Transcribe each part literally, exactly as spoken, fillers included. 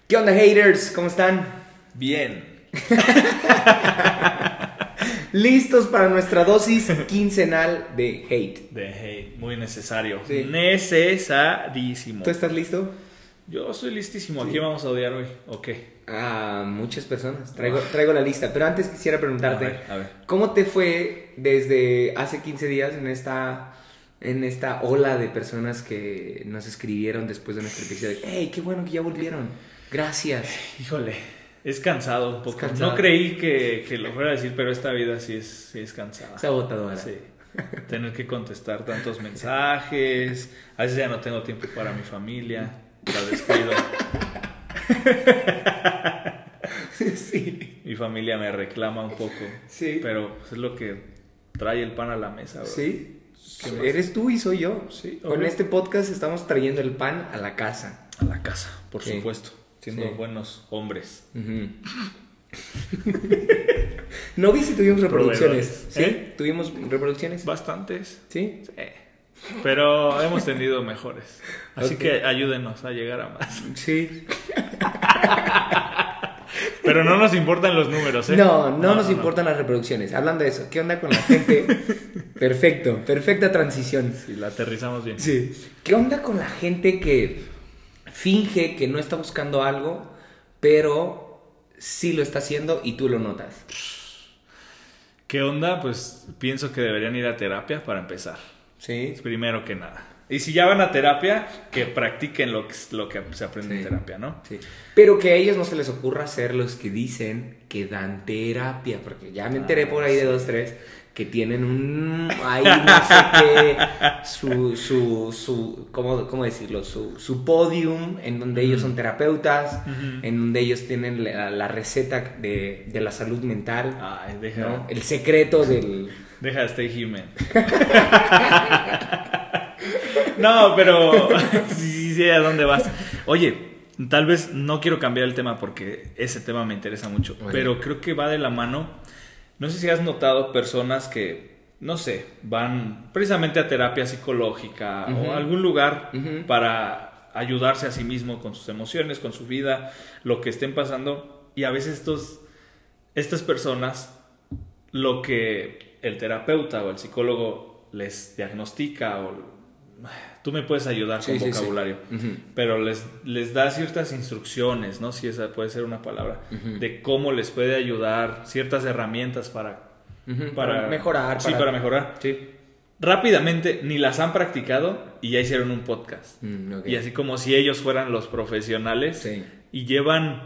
¿Qué onda, haters? ¿Cómo están? Bien. ¿Listos para nuestra dosis quincenal de hate? De hate, muy necesario. Sí. Necesarísimo. ¿Tú estás listo? Yo soy listísimo. ¿A Sí. quién vamos a odiar hoy? ¿O qué? A muchas personas. Traigo, traigo la lista. Pero antes quisiera preguntarte, A ver, a ver. ¿cómo te fue desde hace quince días en esta, en esta ola de personas que nos escribieron después de nuestro episodio? ¡Hey, qué bueno que ya volvieron! Gracias. Híjole, es cansado un poco. Es cansado. No creí que, que lo fuera a decir, pero esta vida sí es, sí es cansada. Es agotadora. Sí. Tener que contestar tantos mensajes. A veces ya no tengo tiempo para mi familia. La descuido. Sí. Mi familia me reclama un poco. Sí. Pero pues, es lo que trae el pan a la mesa, bro. Sí. ¿Qué más? Eres tú y soy yo. Sí, Con obvio. este podcast estamos trayendo el pan a la casa. A la casa, por Sí. supuesto. Siendo Sí. buenos hombres. Ujú. No vi si tuvimos reproducciones. Proveedores. ¿Sí? ¿Eh? ¿Tuvimos reproducciones? Bastantes. ¿Sí? Sí. Pero hemos tenido mejores. Así Ok. que ayúdenos a llegar a más. Sí. Pero no nos importan los números, ¿eh? No, no, nos importan las reproducciones. Hablando de eso, ¿qué onda con la gente? Perfecto, perfecta transición. Si la aterrizamos bien. Sí. ¿Qué onda con la gente que finge que no está buscando algo, pero sí lo está haciendo y tú lo notas? ¿Qué onda? Pues pienso que deberían ir a terapia para empezar. Sí. Primero que nada. Y si ya van a terapia, que practiquen lo que, lo que se aprende Sí. en terapia, ¿no? Sí. Pero que a ellos no se les ocurra ser los que dicen que dan terapia, porque ya me enteré Ah, por ahí de sí. dos, tres que tienen un, ahí no sé qué, su, su, su, ¿cómo, cómo decirlo? Su, su podium, en donde ellos son terapeutas, Ujú. en donde ellos tienen la, la receta de, de la salud mental, Ay, deja, ¿no? El secreto del... deja de Stay Human. No, pero sí, sí sé a dónde vas. Oye, tal vez no quiero cambiar el tema porque ese tema me interesa mucho, Oye. pero creo que va de la mano. No sé si has notado personas que, no sé, van precisamente a terapia psicológica Ujú. o a algún lugar Ujú. para ayudarse a sí mismo con sus emociones, con su vida, lo que estén pasando. Y a veces estos, estas personas, lo que el terapeuta o el psicólogo les diagnostica o tú me puedes ayudar Sí, con sí, sí. vocabulario, Ujú. pero les, les da ciertas instrucciones, ¿no? Si esa puede ser una palabra, Ujú. de cómo les puede ayudar, ciertas herramientas para, Ujú. para, mejorar. Sí, para mejorar. Sí. Rápidamente, ni las han practicado y ya hicieron un podcast. Mm, ok. Y así como si ellos fueran los profesionales Sí. y llevan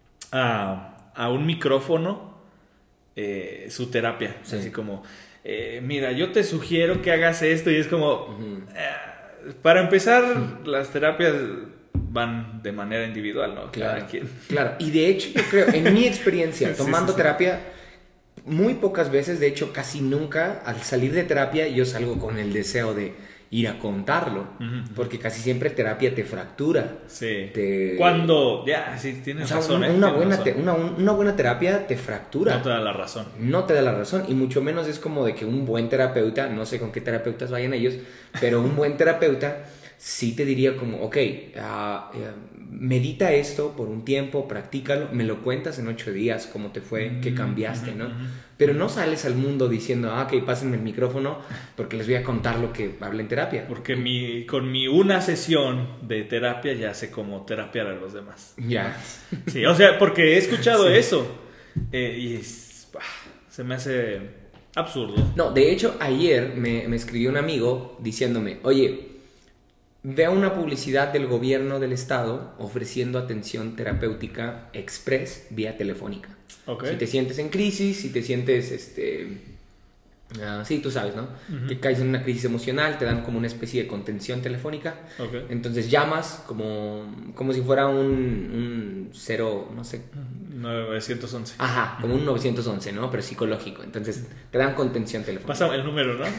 a, a un micrófono eh, su terapia. Sí. Así como, eh, mira, yo te sugiero que hagas esto y es como... Ujú. eh, para empezar, las terapias van de manera individual, ¿no? Cada Claro, quien. claro. Y de hecho, yo creo, en mi experiencia, Sí, tomando sí, sí. terapia, muy pocas veces, de hecho casi nunca, al salir de terapia, yo salgo con el deseo de ir a contarlo. Ujú. Porque casi siempre terapia te fractura. Sí. Te- Cuando, ya, sí, O tienes sea, razón, un- ¿eh? una, Tienes buena razón. te- una, una buena terapia te fractura. No te da la razón. No te da la razón, y mucho menos es como de que un buen terapeuta, no sé con qué terapeutas vayan ellos, pero un buen terapeuta sí te diría como, ok, ah, eh, medita esto por un tiempo, practícalo, me lo cuentas en ocho días, cómo te fue, qué cambiaste, ¿no? Pero no sales al mundo diciendo, ah, ok, pásenme el micrófono porque les voy a contar lo que hablé en terapia. Porque mi, con mi una sesión de terapia ya sé cómo terapiar a los demás. Ya. Sí, o sea, porque he escuchado Sí. eso eh, y es- bah, se me hace absurdo. No, de hecho, ayer me, me escribió un amigo diciéndome, oye, veo una publicidad del gobierno del estado ofreciendo atención terapéutica express vía telefónica. Ok. Si te sientes en crisis, si te sientes, este, ah, sí, tú sabes, ¿no? Ujú. Que caes en una crisis emocional, te dan como una especie de contención telefónica. Ok. Entonces llamas como, como si fuera un, un cero, no sé. nueve once. Ajá, como un nueve once, ¿no? Pero psicológico. Entonces te dan contención telefónica. Pásame el número, ¿no?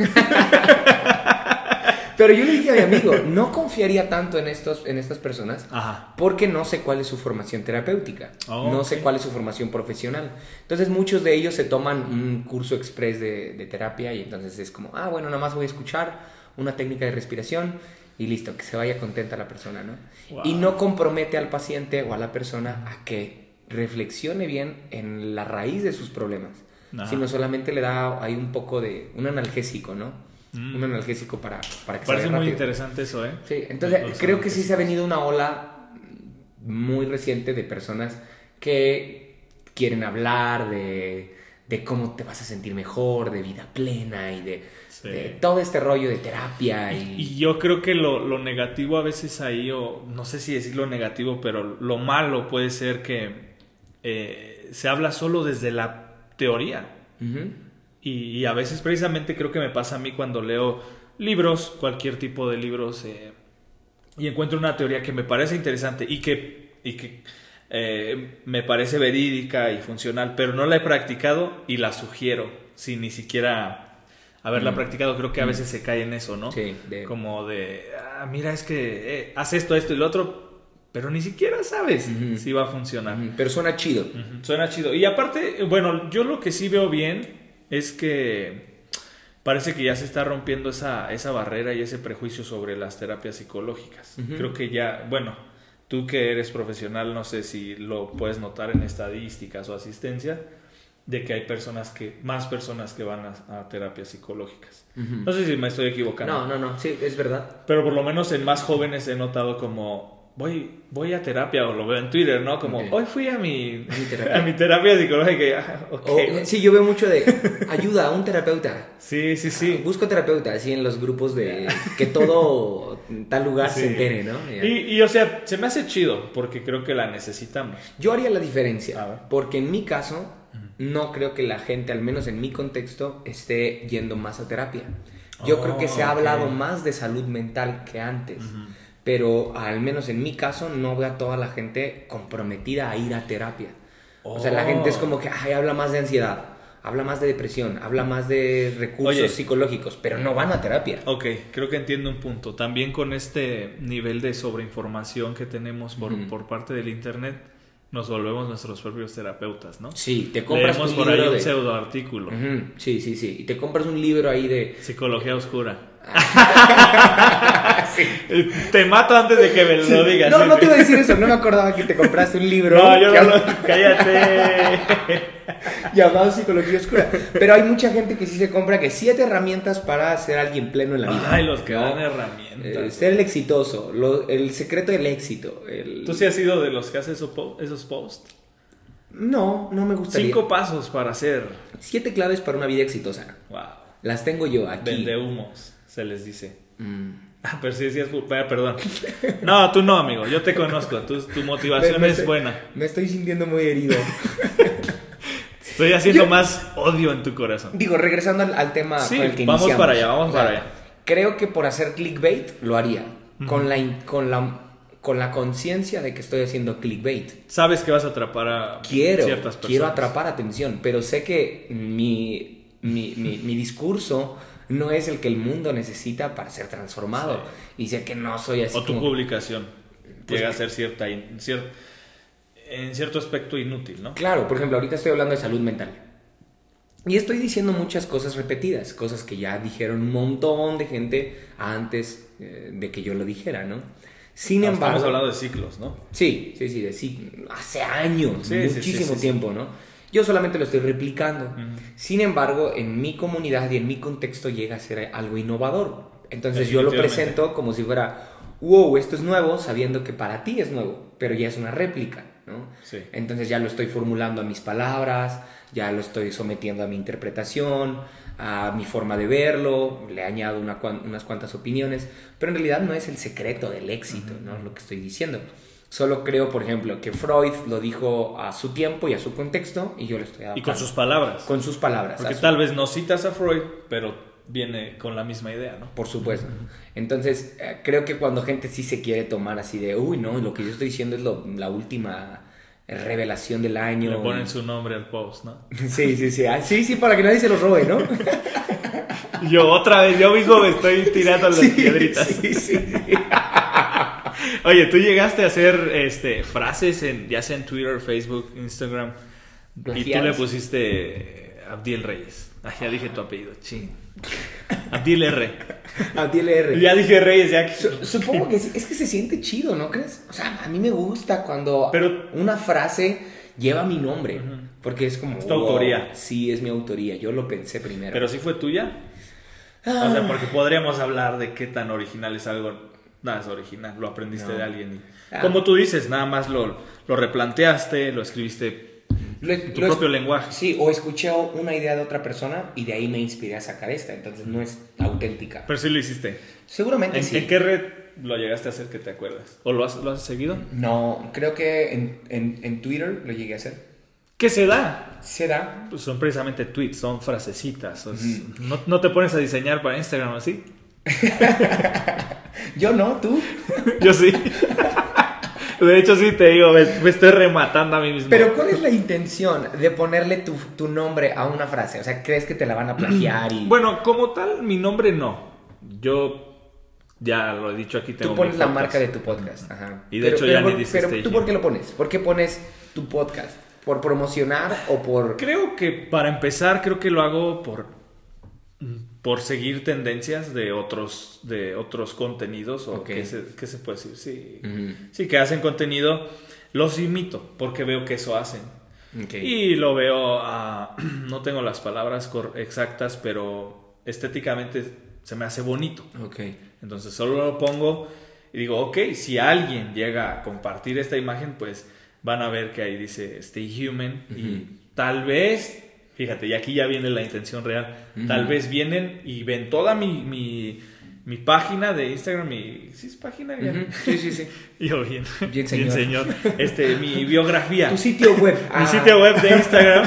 Pero yo le dije a mi amigo, no confiaría tanto en, estos, en estas personas Ajá. porque no sé cuál es su formación terapéutica, Oh, no ok. sé cuál es su formación profesional. Entonces muchos de ellos se toman un curso express de, de terapia y entonces es como, ah, bueno, nada más voy a escuchar una técnica de respiración y listo, que se vaya contenta la persona, ¿no? Wow. Y no compromete al paciente o a la persona a que reflexione bien en la raíz de sus problemas, Ajá. sino solamente le da ahí un poco de un analgésico, ¿no? Mm. Un analgésico para, para que Parece se vaya muy rápido. interesante eso, ¿eh? Sí, entonces Los creo que sí analgésicos. se ha venido una ola muy reciente de personas que quieren hablar de, de cómo te vas a sentir mejor, de vida plena y de, Sí. de todo este rollo de terapia. Y, Y yo creo que lo, lo negativo a veces ahí, o no sé si decirlo negativo, pero lo malo puede ser que eh, se habla solo desde la teoría. Ujú. Y, y a veces precisamente creo que me pasa a mí cuando leo libros, cualquier tipo de libros, eh, y encuentro una teoría que me parece interesante y que, y que eh, me parece verídica y funcional, pero no la he practicado y la sugiero sin ni siquiera haberla Mm. practicado. Creo que a veces se cae en eso, ¿no? Sí, de- Como de, ah, mira, es que eh, haz esto, esto y lo otro, pero ni siquiera sabes Ujú. si va a funcionar. Ujú, pero suena chido. Ujú, suena chido. Y aparte, bueno, yo lo que sí veo bien es que parece que ya se está rompiendo esa, esa barrera y ese prejuicio sobre las terapias psicológicas. Ujú. Creo que ya, bueno, tú que eres profesional, no sé si lo puedes notar en estadísticas o asistencia, de que hay personas que, más personas que van a, a terapias psicológicas. Ujú. No sé si me estoy equivocando. No, no, no, sí, es verdad. Pero por lo menos en más jóvenes he notado como voy, voy a terapia, o lo veo en Twitter, ¿no? Como Ok. hoy fui a mi, A mi terapia. a mi terapia psicológica y ah, ok. O, sí, yo veo mucho de ayuda a un terapeuta. Sí, sí, sí. Busco terapeuta, así en los grupos de que todo tal lugar Sí. se entere, ¿no? Ya. Y, y, o sea, se me hace chido porque creo que la necesitamos. Yo haría la A diferencia, ver. porque en mi caso no creo que la gente, al menos en mi contexto, esté yendo más a terapia. Yo Oh, creo que se ha ok. hablado más de salud mental que antes, Ujú. pero al menos en mi caso no veo a toda la gente comprometida a ir a terapia. O sea, la Oh. gente es como que ay, habla más de ansiedad, habla más de depresión, habla más de recursos Oye. psicológicos, pero no van a terapia. Ok, creo que entiendo un punto. También con este nivel de sobreinformación que tenemos por, Ujú. por parte del internet, nos volvemos nuestros propios terapeutas, ¿no? Sí, te compras Leemos tu por ahí libro un de... pseudo artículo. Ujú, sí, sí, sí. Y te compras un libro ahí de... Psicología oscura. Sí. Te mato antes de que me lo digas. No, sí, no sí. te iba a decir eso. No me acordaba que te compraste un libro No, yo que- no, cállate. llamado Psicología Oscura. Pero hay mucha gente que sí se compra que siete herramientas para ser alguien pleno en la vida. Ay, los que ¿no? dan Eh, herramientas. ser el exitoso, lo- el secreto del éxito. el- ¿Tú sí has sido de los que haces esos po- esos posts? No, no me gustaría. Cinco pasos para hacer. Siete claves para una vida exitosa. Wow. Las tengo yo aquí. Vende humos, se les dice. Mm. Ah, pero sí decías, pu- eh, perdón. No, tú no, amigo. Yo te conozco. Tu, tu motivación Me- me es estoy- buena. Me estoy sintiendo muy herido. Estoy haciendo Yo- más odio en tu corazón. Digo, regresando al, al tema Sí, con el que vamos iniciamos. para allá, vamos O sea, para allá. Creo que por hacer clickbait lo haría. Con la in- con la con la conciencia de que estoy haciendo clickbait. Sabes que vas a atrapar a Quiero, ciertas personas. quiero atrapar atención, pero sé que mi, mi, mi, mi discurso no es el que el mundo necesita para ser transformado. Y sé que no soy así O tu como- publicación Pues llega a que- ser cierta, in- cier- en cierto aspecto inútil, ¿no? Claro, por ejemplo, ahorita estoy hablando de salud mental. Y estoy diciendo muchas cosas repetidas, cosas que ya dijeron un montón de gente antes eh, de que yo lo dijera, ¿no? Sin Estamos embargo... hablando de ciclos, ¿no? Sí, sí, sí, de sí, hace años, Sí, sí, muchísimo sí, sí, sí. tiempo, ¿no? Yo solamente lo estoy replicando. Ujú. Sin embargo, en mi comunidad y en mi contexto llega a ser algo innovador. Entonces yo lo Definitivamente. presento como si fuera, wow, esto es nuevo, sabiendo que para ti es nuevo, pero ya es una réplica, ¿no? Sí. Entonces ya lo estoy formulando a mis palabras, ya lo estoy sometiendo a mi interpretación, a mi forma de verlo, le añado una cuan- unas cuantas opiniones, pero en realidad no es el secreto del éxito, ¿no? Lo que estoy diciendo. Solo creo, por ejemplo, que Freud lo dijo a su tiempo y a su contexto y yo lo estoy Y adaptando. con sus palabras. Con sus palabras. Porque a su- tal vez no citas a Freud, pero viene con la misma idea, ¿no? Por supuesto. Entonces, eh, creo que cuando gente sí se quiere tomar así de, uy, no, lo que yo estoy diciendo es lo- la última revelación del año. Le ponen su nombre al post, ¿no? Sí, sí, sí. Ah, sí, sí, para que nadie se los robe, ¿no? Yo otra vez, yo mismo me estoy tirando las Sí, piedritas. Sí, sí, sí. Oye, tú llegaste a hacer este, frases en, ya sea en Twitter, Facebook, Instagram, y tú le Glaciadas. pusiste Abdiel Reyes. Ah, ya dije tu apellido, ching. Abdiel R. Abdiel R. Ya dije Reyes, ya. Su- Supongo que es, es que se siente chido, ¿no crees? O sea, a mí me gusta cuando Pero- una frase lleva mi nombre. Ujú. Porque es como... Es tu autoría. Sí, es mi autoría. Yo lo pensé primero. Pero sí fue tuya. Ah. O sea, porque podríamos hablar de qué tan original es algo. Nada es original, lo aprendiste No. de alguien. Y, Ah. como tú dices, nada más lo, lo replanteaste, lo escribiste Lo- en tu lo- propio lenguaje. Sí, o escuché una idea de otra persona y de ahí me inspiré a sacar esta. Entonces no es auténtica. Pero sí lo hiciste. Seguramente ¿En, sí. en qué red lo llegaste a hacer que te acuerdas? ¿O lo has, lo has seguido? No, creo que en, en, en Twitter lo llegué a hacer. ¿Qué se da? ¿Se da? Pues son precisamente tweets, son frasecitas. O sea, no, no te pones a diseñar para Instagram así. Yo no, tú. Yo sí. De hecho, sí te digo, me, me estoy rematando a mí mismo. Pero ¿cuál es la intención de ponerle tu, tu nombre a una frase? O sea, ¿crees que te la van a plagiar? Y... Bueno, como tal, mi nombre no. Yo ya lo he dicho aquí. Tengo tú pones mi la podcast. marca de tu podcast. Ajá. Y de hecho ya por- ni dice Pero Staging. ¿tú por qué lo pones? ¿Por qué pones tu podcast? ¿Por promocionar o por...? Creo que para empezar, creo que lo hago por, por seguir tendencias de otros, de otros contenidos. O Ok. ¿qué, se, qué se puede decir? Sí, Ujú. sí, que hacen contenido. Los imito porque veo que eso hacen. Ok. Y lo veo, ah, no tengo las palabras cor- exactas, pero estéticamente se me hace bonito. Ok. Entonces solo lo pongo y digo, ok, si alguien llega a compartir esta imagen, pues van a ver que ahí dice Stay Human. Ujú. Y tal vez, fíjate, y aquí ya viene la intención real, Ujú. tal vez vienen y ven toda mi, mi, mi página de Instagram, mi... ¿Sí es página? Ya. Ujú. Sí, sí, sí. Yo bien, Bien, señor. Este, mi biografía. Tu sitio web. Mi Ah, sitio web de Instagram.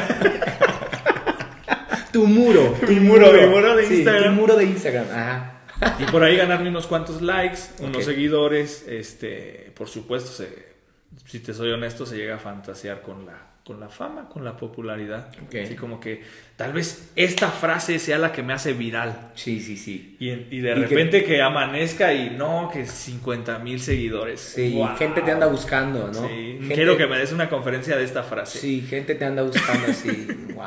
Tu muro. Tu Mi muro, mi muro de Sí, Instagram. tu muro de Instagram. Ajá. Y por ahí ganarme unos cuantos likes, unos Ok. seguidores. Este, por supuesto, se, si te soy honesto, se llega a fantasear con la, con la fama, con la popularidad. Ok. Así como que tal vez esta frase sea la que me hace viral. Sí, sí, sí. Y, y de Y repente que... amanezca y no, que cincuenta mil seguidores. Sí, Wow. gente te anda buscando, ¿no? Sí, Gente- quiero que me des una conferencia de esta frase. Sí, gente te anda buscando así. Wow.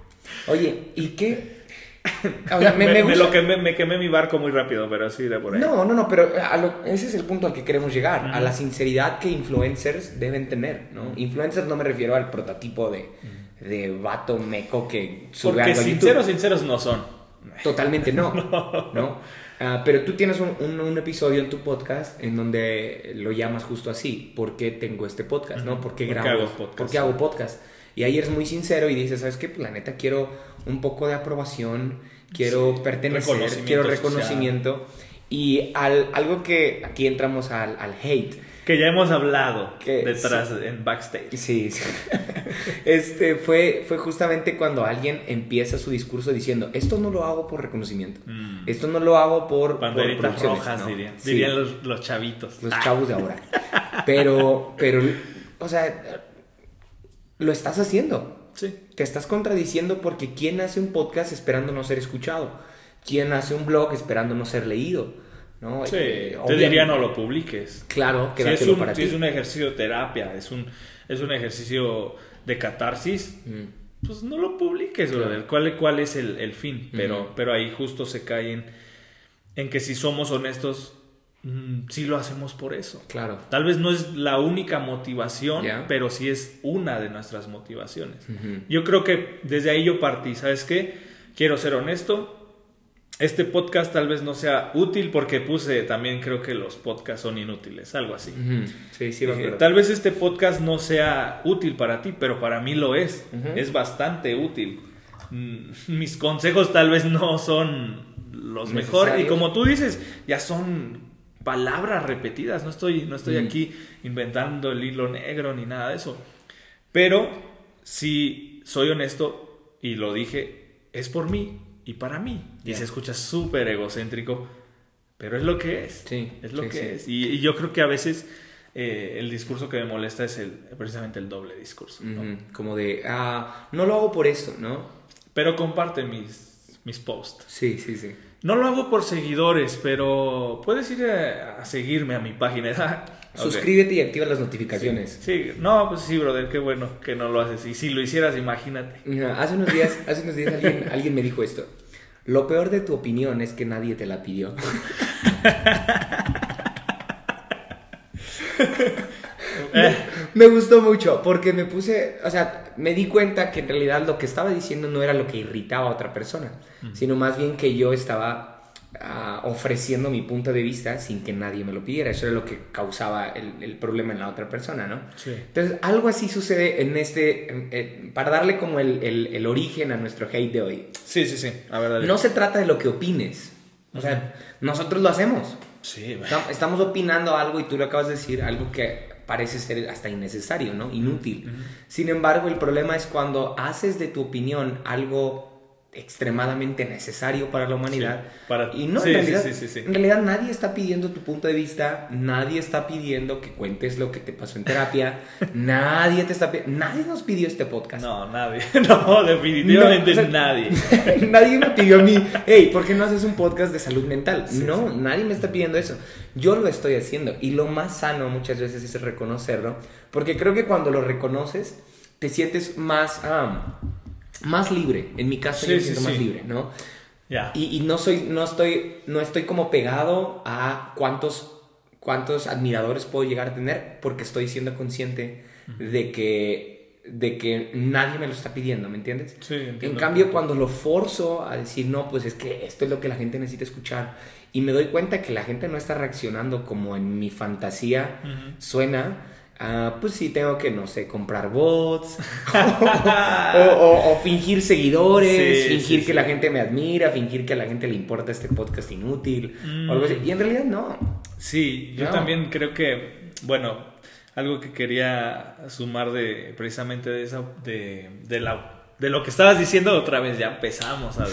Oye, ¿y qué? O sea, me, me, me me gusta. lo quemé, me quemé mi barco muy rápido, pero sí, de por ahí. No, no, no, pero a lo- ese es el punto al que queremos llegar, Ujú. a la sinceridad que influencers deben tener, ¿no? Influencers no me refiero al prototipo de, de vato meco que sube Porque algo a sinceros, YouTube. sinceros no son. Totalmente no, ¿no? Ah, pero tú tienes un, un- un episodio en tu podcast en donde lo llamas justo así, ¿por qué tengo este podcast, no? ¿Por qué ¿Por qué grabo? hago podcast? ¿Por qué hago podcast? Y ahí eres muy sincero y dices, ¿sabes qué? Pues la neta quiero un poco de aprobación, quiero Sí, pertenecer, reconocimiento quiero social. reconocimiento. Y al, algo que aquí entramos al, al hate. Que ya hemos hablado Que- detrás, en backstage. Sí, sí. Este fue, fue justamente cuando alguien empieza su discurso diciendo, esto no lo hago por reconocimiento, Mm. esto no lo hago por... por Banderitas producciones", rojas, ¿no? dirían. Sí, Dirían los, los chavitos. los chavos de ahora. Pero, pero, o sea, lo estás haciendo. Sí. Te estás contradiciendo porque ¿quién hace un podcast esperando no ser escuchado? ¿Quién hace un blog esperando no ser leído? ¿No? Sí, Eh, te obviamente- diría no lo publiques. Claro, Si es, quédatelo un, para si ti. es un ejercicio de terapia, es un, es un ejercicio de catarsis, Mm. pues no lo publiques, Claro. brother. ¿Cuál, cuál es el, el fin? Pero, Ujú. pero ahí justo se cae en, en que si somos honestos, mm, sí lo hacemos por eso. Claro. Tal vez no es la única motivación, Ya. pero sí es una de nuestras motivaciones. Ujú. Yo creo que desde ahí yo partí, ¿sabes qué? Quiero ser honesto. Este podcast tal vez no sea útil porque puse también creo que los podcasts son inútiles, algo así. Ujú. Sí, sí, me Dije, acuerdo. tal vez este podcast no sea útil para ti, pero para mí lo es. Ujú. Es bastante útil. Mm, Mis consejos tal vez no son los mejores. Y Necesarios. como tú dices, ya son palabras repetidas. No estoy, no estoy Mm. aquí inventando el hilo negro ni nada de eso. Pero si soy honesto y lo dije, es por mí y para mí. Y Ya. se escucha súper egocéntrico, pero es lo que es. Sí, es lo sí, que sí. es. Y, y yo creo que a veces eh, el discurso que me molesta es el, precisamente el doble discurso. ¿no? Ujú. Como de, ah, no lo hago por esto, ¿no? Pero comparte mis, mis posts. Sí, sí, sí. No lo hago por seguidores, pero puedes ir a, a seguirme a mi página. Ok. Suscríbete y activa las notificaciones. Sí, no, pues sí, brother, qué bueno que no lo haces. Y si lo hicieras, imagínate. Mira, hace unos días, hace unos días alguien, alguien me dijo esto. Lo peor de tu opinión es que nadie te la pidió. me, me gustó mucho porque me puse, o sea, me di cuenta que en realidad lo que estaba diciendo no era lo que irritaba a otra persona, uh-huh. sino más bien que yo estaba uh, ofreciendo mi punto de vista sin que nadie me lo pidiera. Eso era lo que causaba el, el problema en la otra persona, ¿no? Sí. Entonces, algo así sucede en este, en, en, para darle como el, el, el origen a nuestro hate de hoy. Sí, sí, sí, la verdad. No se trata de lo que opines, o sea, uh-huh. nosotros lo hacemos. Sí, estamos opinando algo y tú lo acabas de decir, algo que parece ser hasta innecesario, ¿no? Inútil. Uh-huh. Sin embargo, el problema es cuando haces de tu opinión algo extremadamente necesario para la humanidad. Sí, para... Y no, sí, en, realidad, sí, sí, sí, sí. en realidad nadie está pidiendo tu punto de vista, nadie está pidiendo que cuentes lo que te pasó en terapia, nadie te está pidiendo, nadie nos pidió este podcast. No, nadie. No, definitivamente no, o sea, nadie. Nadie me pidió a mí, hey, ¿por qué no haces un podcast de salud mental? Sí, no, sí. Nadie me está pidiendo eso. Yo lo estoy haciendo y lo más sano muchas veces es reconocerlo, porque creo que cuando lo reconoces te sientes más... Um, más libre. En mi caso sí, yo me siento sí, más sí. libre, ¿no? Yeah. Y, y no soy, no estoy, no estoy como pegado a cuántos, cuántos admiradores puedo llegar a tener, porque estoy siendo consciente uh-huh. de que, de que nadie me lo está pidiendo, ¿me entiendes? Sí, entiendo. En cambio, cuando lo forzo a decir, no, pues es que esto es lo que la gente necesita escuchar, y me doy cuenta que la gente no está reaccionando como en mi fantasía uh-huh. suena. Uh, pues sí, tengo que, no sé, comprar bots o, o, o fingir seguidores, sí, fingir sí, que sí. la gente me admira, fingir que a la gente le importa este podcast inútil mm. o algo así. Y en realidad no. Sí, yo no. también creo que, bueno, algo que quería sumar de precisamente de eso, de, de, la, de lo que estabas diciendo otra vez, ya empezamos a, a,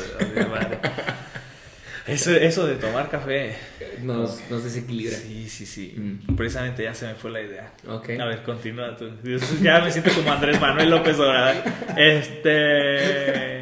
a Eso, eso de tomar café nos, nos desequilibra. Sí, sí, sí. Mm. Precisamente ya se me fue la idea. Okay. A ver, continúa tú. Ya me siento como Andrés Manuel López Obrador. Este.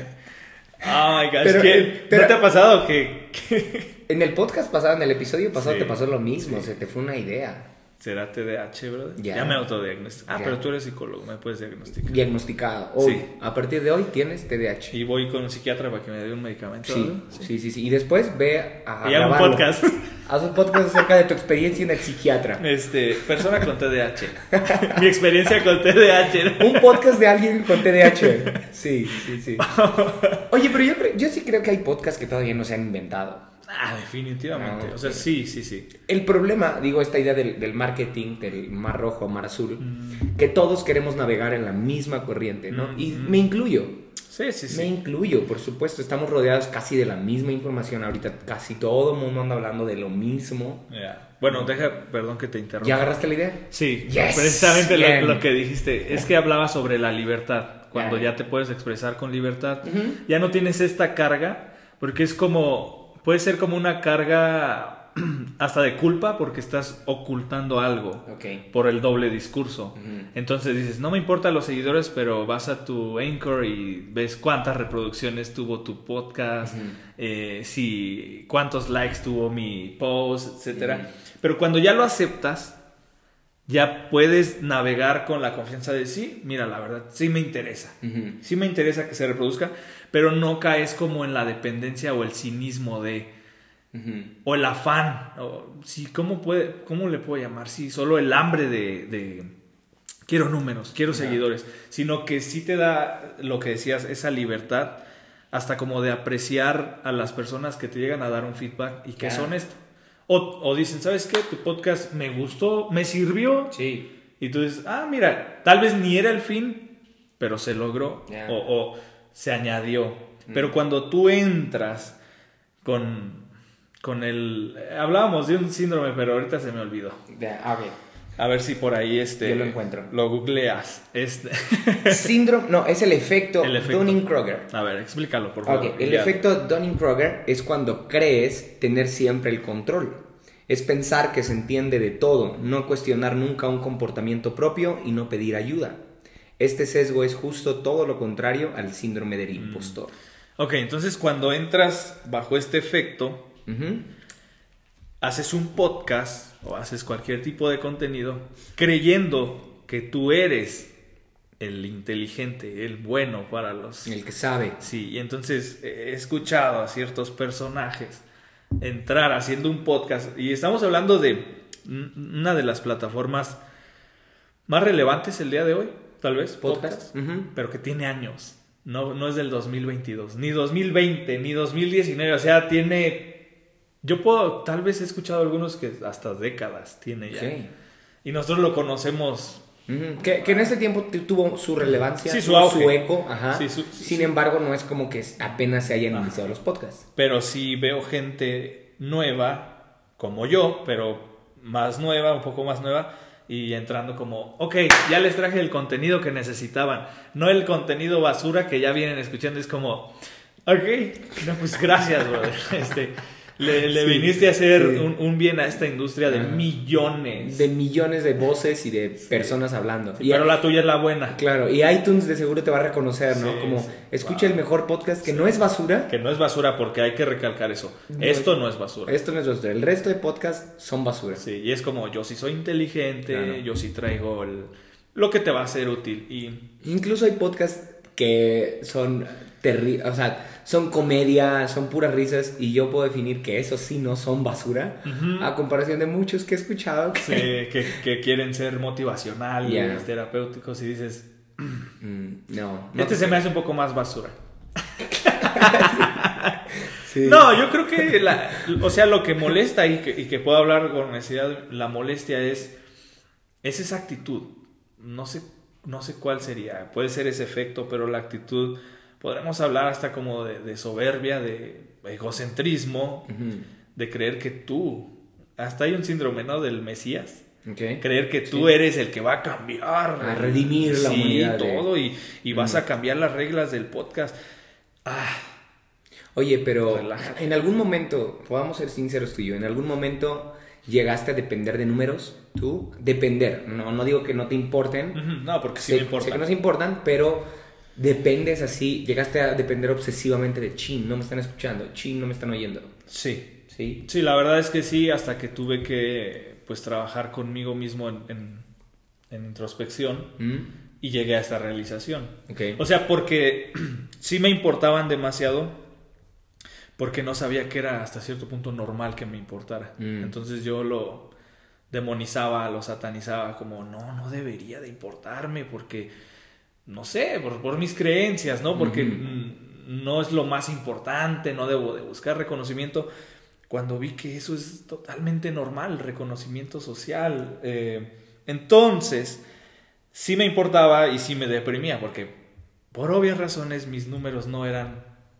Oh my gosh. Pero, ¿Qué? Pero, ¿no te ha pasado que, que... En el podcast pasado, en el episodio pasado, sí, te pasó lo mismo? Sí. Se te fue una idea. ¿Será T D A H, brother? Ya, ya me autodiagnostico. Ah, ya. pero tú eres psicólogo, me puedes diagnosticar. Diagnosticado. Hoy, sí. A partir de hoy tienes T D A H. Y voy con un psiquiatra para que me dé un medicamento. Sí, sí, sí, sí, sí. Y después ve a y hago un podcast. Haz un podcast acerca de tu experiencia en el psiquiatra. Este, persona con T D A H. Mi experiencia con T D A H. Un podcast de alguien con T D A H. Sí, sí, sí. Oye, pero yo, yo sí creo que hay podcasts que todavía no se han inventado. Ah, definitivamente. No, o sea, pero... sí, sí, sí. El problema, digo, esta idea del, del marketing, del mar rojo, mar azul, mm. que todos queremos navegar en la misma corriente, ¿no? Mm. Y me incluyo. Sí, sí, sí. Me incluyo, por supuesto. Estamos rodeados casi de la misma información. Ahorita casi todo el mundo anda hablando de lo mismo. Yeah. Bueno, deja, perdón que te interrumpa. ¿Ya agarraste la idea? Sí, yes. precisamente lo, lo que dijiste. Es que hablaba sobre la libertad. Cuando yeah. ya te puedes expresar con libertad, uh-huh. ya no tienes esta carga, porque es como... Puede ser como una carga hasta de culpa porque estás ocultando algo okay. por el doble discurso. Uh-huh. Entonces dices, no me importan los seguidores, pero vas a tu Anchor y ves cuántas reproducciones tuvo tu podcast, uh-huh. eh, si, cuántos likes tuvo mi post, etcétera. Uh-huh. Pero cuando ya lo aceptas, ya puedes navegar con la confianza de sí, mira, la verdad, sí me interesa. Uh-huh. Sí me interesa que se reproduzca, pero no caes como en la dependencia o el cinismo de... Uh-huh. O el afán. O, sí, ¿cómo, puede, ¿Cómo le puedo llamar? Sí, solo el hambre de... de quiero números, quiero uh-huh. seguidores. Sino que sí te da, lo que decías, esa libertad hasta como de apreciar a las personas que te llegan a dar un feedback y que yeah. son esto. O, o dicen, ¿sabes qué? Tu podcast me gustó, me sirvió. Sí. Y tú dices, ah, mira, tal vez ni era el fin, pero se logró. Yeah. O, o se añadió. Mm. Pero cuando tú entras con, con el... Hablábamos de un síndrome, pero ahorita se me olvidó. Yeah, okay. A ver si por ahí este... Yo lo encuentro. Lo googleas. Este. Síndrome... No, es el efecto, el efecto Dunning-Kruger. A ver, explícalo, por favor. Okay. El ya. efecto Dunning-Kruger es cuando crees tener siempre el control. Es pensar que se entiende de todo, no cuestionar nunca un comportamiento propio y no pedir ayuda. Este sesgo es justo todo lo contrario al síndrome del impostor. Mm. Ok, entonces cuando entras bajo este efecto, uh-huh. haces un podcast o haces cualquier tipo de contenido creyendo que tú eres el inteligente, el bueno para los... El que sabe. Sí, y entonces he escuchado a ciertos personajes entrar haciendo un podcast, y estamos hablando de una de las plataformas más relevantes el día de hoy, tal vez, podcast, podcast uh-huh. pero que tiene años, no, no es del dos mil veintidós, ni dos mil veinte, ni dos mil diecinueve, o sea, tiene, yo puedo, tal vez he escuchado algunos que hasta décadas tiene ya, sí. y nosotros lo conocemos... Uh-huh. Que, que en ese tiempo tuvo su relevancia, sí, su, auge. su eco, ajá. Sí, su, sin sí. embargo no es como que apenas se hayan iniciado los podcasts. Pero sí veo gente nueva, como yo, pero más nueva, un poco más nueva, y entrando como, ok, ya les traje el contenido que necesitaban, no el contenido basura que ya vienen escuchando, es como, ok, no, pues gracias, brother, este... Le, le sí, viniste a hacer sí. un, un bien a esta industria de ah, millones. De millones de voces y de personas sí. hablando. Sí, y pero la tuya es la buena. Claro, y iTunes de seguro te va a reconocer, ¿no? Sí, Como, sí. escucha wow. el mejor podcast que sí. no es basura. Que no es basura, porque hay que recalcar eso. No esto es, no es basura. Esto no es basura. El resto de podcasts son basura. Sí, y es como, yo sí soy inteligente, claro. yo sí traigo el, lo que te va a ser útil. Y... Incluso hay podcasts que son terribles, o sea... Son comedia, son puras risas, y yo puedo definir que esos sí no son basura, uh-huh. a comparación de muchos que he escuchado. Que... Sí, que, que quieren ser motivacionales, yeah. terapéuticos, y dices... Mm, no, no. Este se me hace un poco más basura. sí. No, yo creo que, la, o sea, lo que molesta y que, y que puedo hablar con honestidad, la molestia es, es esa actitud. No sé, no sé cuál sería, puede ser ese efecto, pero la actitud... Podremos hablar hasta como de, de soberbia, de egocentrismo, uh-huh. de creer que tú, hasta hay un síndrome, ¿no? Del Mesías. Okay. Creer que tú sí. eres el que va a cambiar. A redimir la sí, humanidad. Sí, todo, y, y uh-huh. vas a cambiar las reglas del podcast. Ah, Oye, pero relájate. En algún momento, podamos ser sinceros tú y yo, en algún momento llegaste a depender de números, tú, depender. No, no digo que no te importen. Uh-huh. No, porque sí sé, me importan. Sé que nos importan, pero... Dependes así, llegaste a depender obsesivamente de chin, no me están escuchando, chin, no me están oyendo. Sí, sí, sí, la verdad es que sí, hasta que tuve que pues trabajar conmigo mismo en, en, en introspección ¿Mm? y llegué a esta realización. Okay. O sea, porque sí me importaban demasiado, porque no sabía que era hasta cierto punto normal que me importara. Mm. Entonces yo lo demonizaba, lo satanizaba como no, no debería de importarme porque... No sé, por, por mis creencias, ¿no? Porque uh-huh. no es lo más importante, no debo de buscar reconocimiento. Cuando vi que eso es totalmente normal, reconocimiento social. Eh, entonces, sí me importaba y sí me deprimía, porque por obvias razones mis números no eran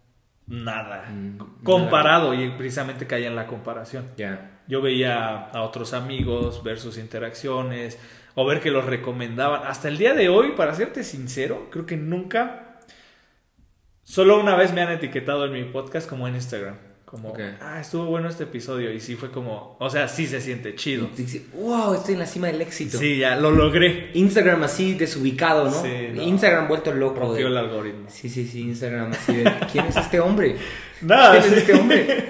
nada mm, comparado, nada. Y precisamente caía en la comparación. Yeah. Yo veía a otros amigos, ver sus interacciones... O ver que los recomendaban. Hasta el día de hoy, para serte sincero, creo que nunca... Solo una vez me han etiquetado en mi podcast como en Instagram. Como, okay. ah, estuvo bueno este episodio. Y sí fue como... O sea, sí se siente chido. Dice, wow, estoy en la cima del éxito. Sí, ya, lo logré. Instagram así desubicado, ¿no? Sí, no. Instagram vuelto loco. Rompió de... el algoritmo. Sí, sí, sí, Instagram así de... ¿Quién es este hombre? Nada, ¿Quién sí. es este hombre?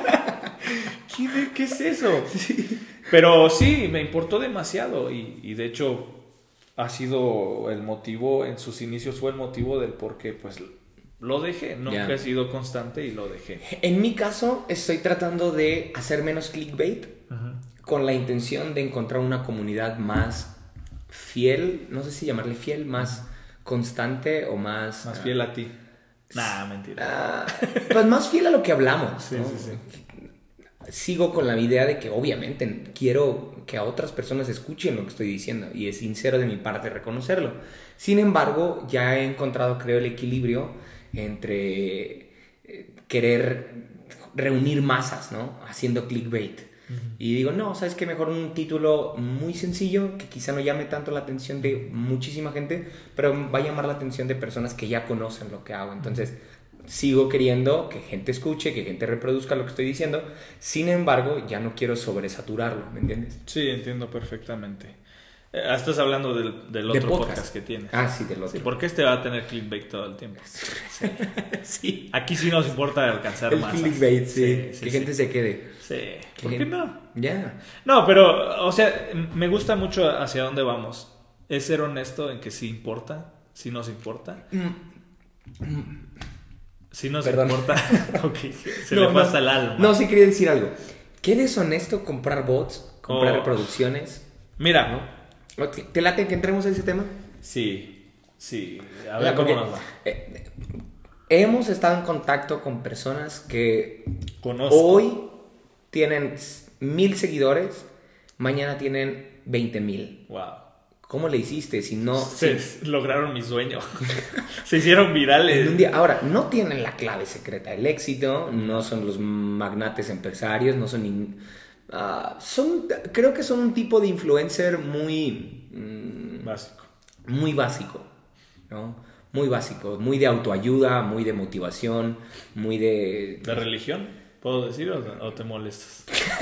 ¿Qué, ¿Qué es eso? Sí. Pero sí, me importó demasiado y, y de hecho ha sido el motivo, en sus inicios fue el motivo del por qué pues lo dejé, nunca yeah. he sido constante y lo dejé. En mi caso estoy tratando de hacer menos clickbait uh-huh. con la intención de encontrar una comunidad más fiel, no sé si llamarle fiel, más constante o más... Más fiel uh, a ti. Nah, mentira. Uh, pues más fiel a lo que hablamos. Sí, ¿no? sí, sí. Sigo con la idea de que obviamente quiero que a otras personas escuchen lo que estoy diciendo y es sincero de mi parte reconocerlo. Sin embargo, ya he encontrado, creo, el equilibrio entre querer reunir masas, ¿no? Haciendo clickbait. Uh-huh. Y digo, no, ¿sabes qué? Mejor un título muy sencillo que quizá no llame tanto la atención de muchísima gente, pero va a llamar la atención de personas que ya conocen lo que hago. Entonces... Uh-huh. Sigo queriendo que gente escuche, que gente reproduzca lo que estoy diciendo. Sin embargo, ya no quiero sobresaturarlo, ¿me entiendes? Sí, entiendo perfectamente. Eh, estás hablando del, del otro de podcast. podcast que tienes. Ah, sí, del otro. Sí, porque este va a tener clickbait todo el tiempo. Sí. sí. Aquí sí nos importa alcanzar el más. El clickbait, sí. sí, sí que sí. gente se quede. Sí. ¿Por qué no? Ya. Yeah. No, pero, o sea, me gusta mucho hacia dónde vamos. es ser honesto en que sí importa, sí nos importa. Sí nos Perdón. importa. Okay. Se No, le pasa no, el alma. No, sí quería decir algo. ¿Qué deshonesto comprar bots, comprar Oh. reproducciones? Mira. ¿No? ¿Te late que entremos a ese tema? Sí, sí. A O ver sea, cómo porque, nos va. eh, hemos estado en contacto con personas que Conozco. hoy tienen mil seguidores, mañana tienen veinte mil. Wow. ¿Cómo le hiciste si no... Se si- lograron mi sueño. Se hicieron virales. en un día? Ahora, no tienen la clave secreta del éxito, no son los magnates empresarios, no son... nin- ah, son creo que son un tipo de influencer muy... mm, Básico. muy básico, ¿no? Muy básico, muy de autoayuda, muy de motivación, muy de... ¿De religión? ¿Puedo decir o, o te molestas?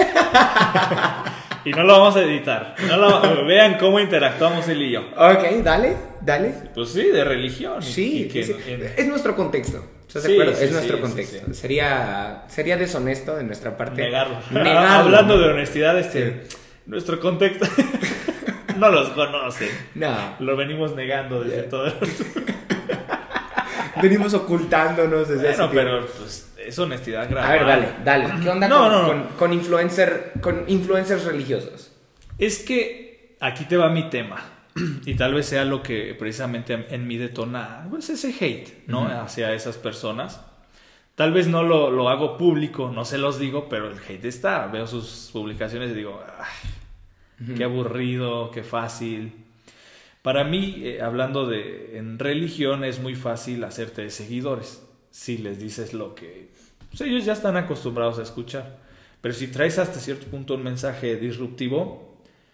Y no lo vamos a editar. No lo- vean cómo interactuamos él y yo. Ok, dale, dale. Pues sí, de religión. y- Sí, y que sí, en- es nuestro contexto. ¿Estás de Sí, acuerdo? sí, es nuestro sí, contexto. sí, sí. Sería, sería deshonesto de nuestra parte negarlo. negarlo. Hablando de honestidad, este, nuestro contexto no los conoce. No, Lo venimos negando desde Yeah. todo. venimos ocultándonos desde Bueno, hace pero pues, es honestidad tiempo. grave. A ver, dale, dale. ¿Qué onda No, con, no, no. con, con influencer, con influencers religiosos? Es que aquí te va mi tema. Y tal vez sea lo que precisamente en mí detona pues, ese hate, ¿no? Ujú. Hacia esas personas. Tal vez no lo, lo hago público, no se los digo, pero el hate está. Veo sus publicaciones y digo, "Ay, Ujú. qué aburrido, qué fácil". Para mí, eh, hablando de en religión, es muy fácil hacerte de seguidores. Si les dices lo que pues, ellos ya están acostumbrados a escuchar. Pero si traes hasta cierto punto un mensaje disruptivo,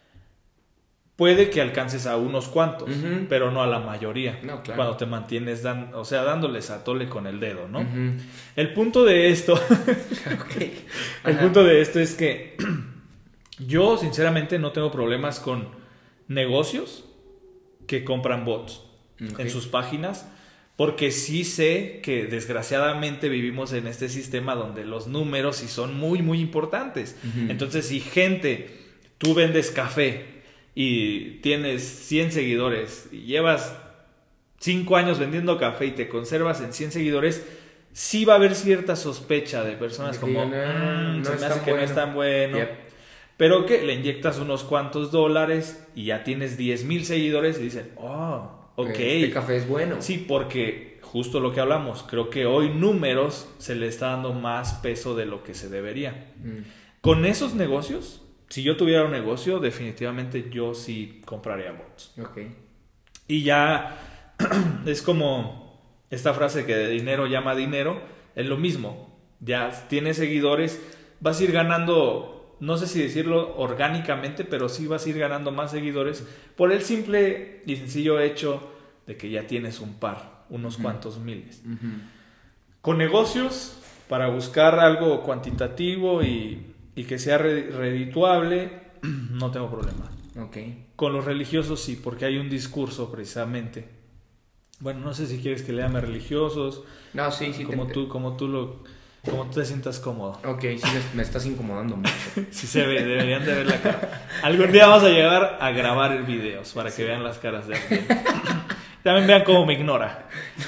puede que alcances a unos cuantos, Ujú. pero no a la mayoría. No, claro. Cuando te mantienes, dan, o sea, dándoles a tole con el dedo, ¿no? Ujú. El punto de esto, Ok. el Ajá. punto de esto es que yo sinceramente no tengo problemas con negocios que compran bots Ok. en sus páginas, porque sí sé que desgraciadamente vivimos en este sistema donde los números sí son muy muy importantes. Ujú. Entonces, si gente, tú vendes café y tienes cien seguidores y llevas cinco años vendiendo café y te conservas en cien seguidores, sí va a haber cierta sospecha de personas De que como, no, "Mm, no se es me hace tan que no bueno". es tan bueno. Yep. Pero que le inyectas unos cuantos dólares y ya tienes diez mil seguidores y dicen, oh, ok. Este café es bueno. Sí, porque justo lo que hablamos, creo que hoy números se le está dando más peso de lo que se debería. Mm. Con esos negocios, si yo tuviera un negocio, definitivamente yo sí compraría bots. Ok. Y ya es como esta frase que de dinero llama dinero, es lo mismo. Ya tienes seguidores, vas a ir ganando, no sé si decirlo orgánicamente, pero sí vas a ir ganando más seguidores por el simple y sencillo hecho de que ya tienes un par, unos Ujú. cuantos miles. Ujú. Con negocios, para buscar algo cuantitativo y, y que sea re- redituable, no tengo problema. Ok. Con los religiosos sí, porque hay un discurso precisamente. Bueno, no sé si quieres que le llame religiosos, No, sí, sí. como te- tú, como tú lo, como tú te sientas cómodo. Ok, sí, me, me estás incomodando mucho. Sí se ve, deberían de ver la cara. Algún día vamos a llegar a grabar videos para que vean las caras de alguien. También vean cómo me ignora.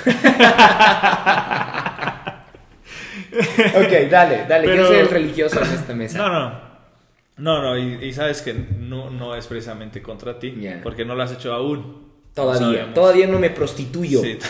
Ok, dale, dale. Pero- Yo soy el religioso en esta mesa. No, no. No, no, y, y sabes que no, no es precisamente contra ti, Ya. porque no lo has hecho aún. Todavía, No sabemos. todavía no me prostituyo. Sí.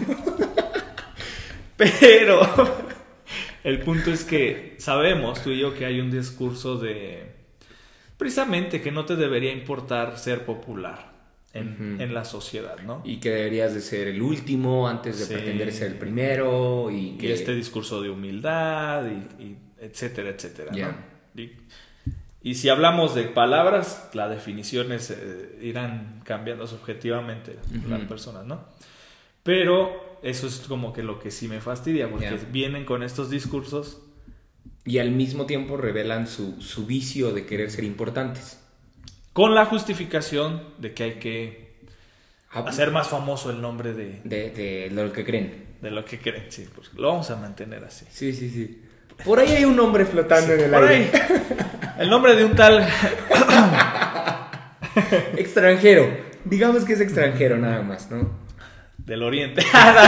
Pero el punto es que sabemos tú y yo que hay un discurso de precisamente que no te debería importar ser popular en, Ujú. en la sociedad, ¿no? Y que deberías de ser el último antes de Sí. pretender ser el primero. Y Y que... este discurso de humildad y, y etcétera, etcétera, Ya. ¿no? Y, y si hablamos de palabras, las definiciones eh, irán cambiando subjetivamente Ujú. las personas, ¿no? Pero eso es como que lo que sí me fastidia, porque Ya. vienen con estos discursos. Y al mismo tiempo revelan su, su vicio de querer ser importantes. Con la justificación de que hay que Ah, hacer más famoso el nombre de, De, de lo que creen. de lo que creen. Sí, pues lo vamos a mantener así. Sí, sí, sí. Por ahí hay un hombre flotando en el Por aire. ahí, el nombre de un tal... Extranjero. Digamos que es extranjero nada más, ¿no? Del oriente.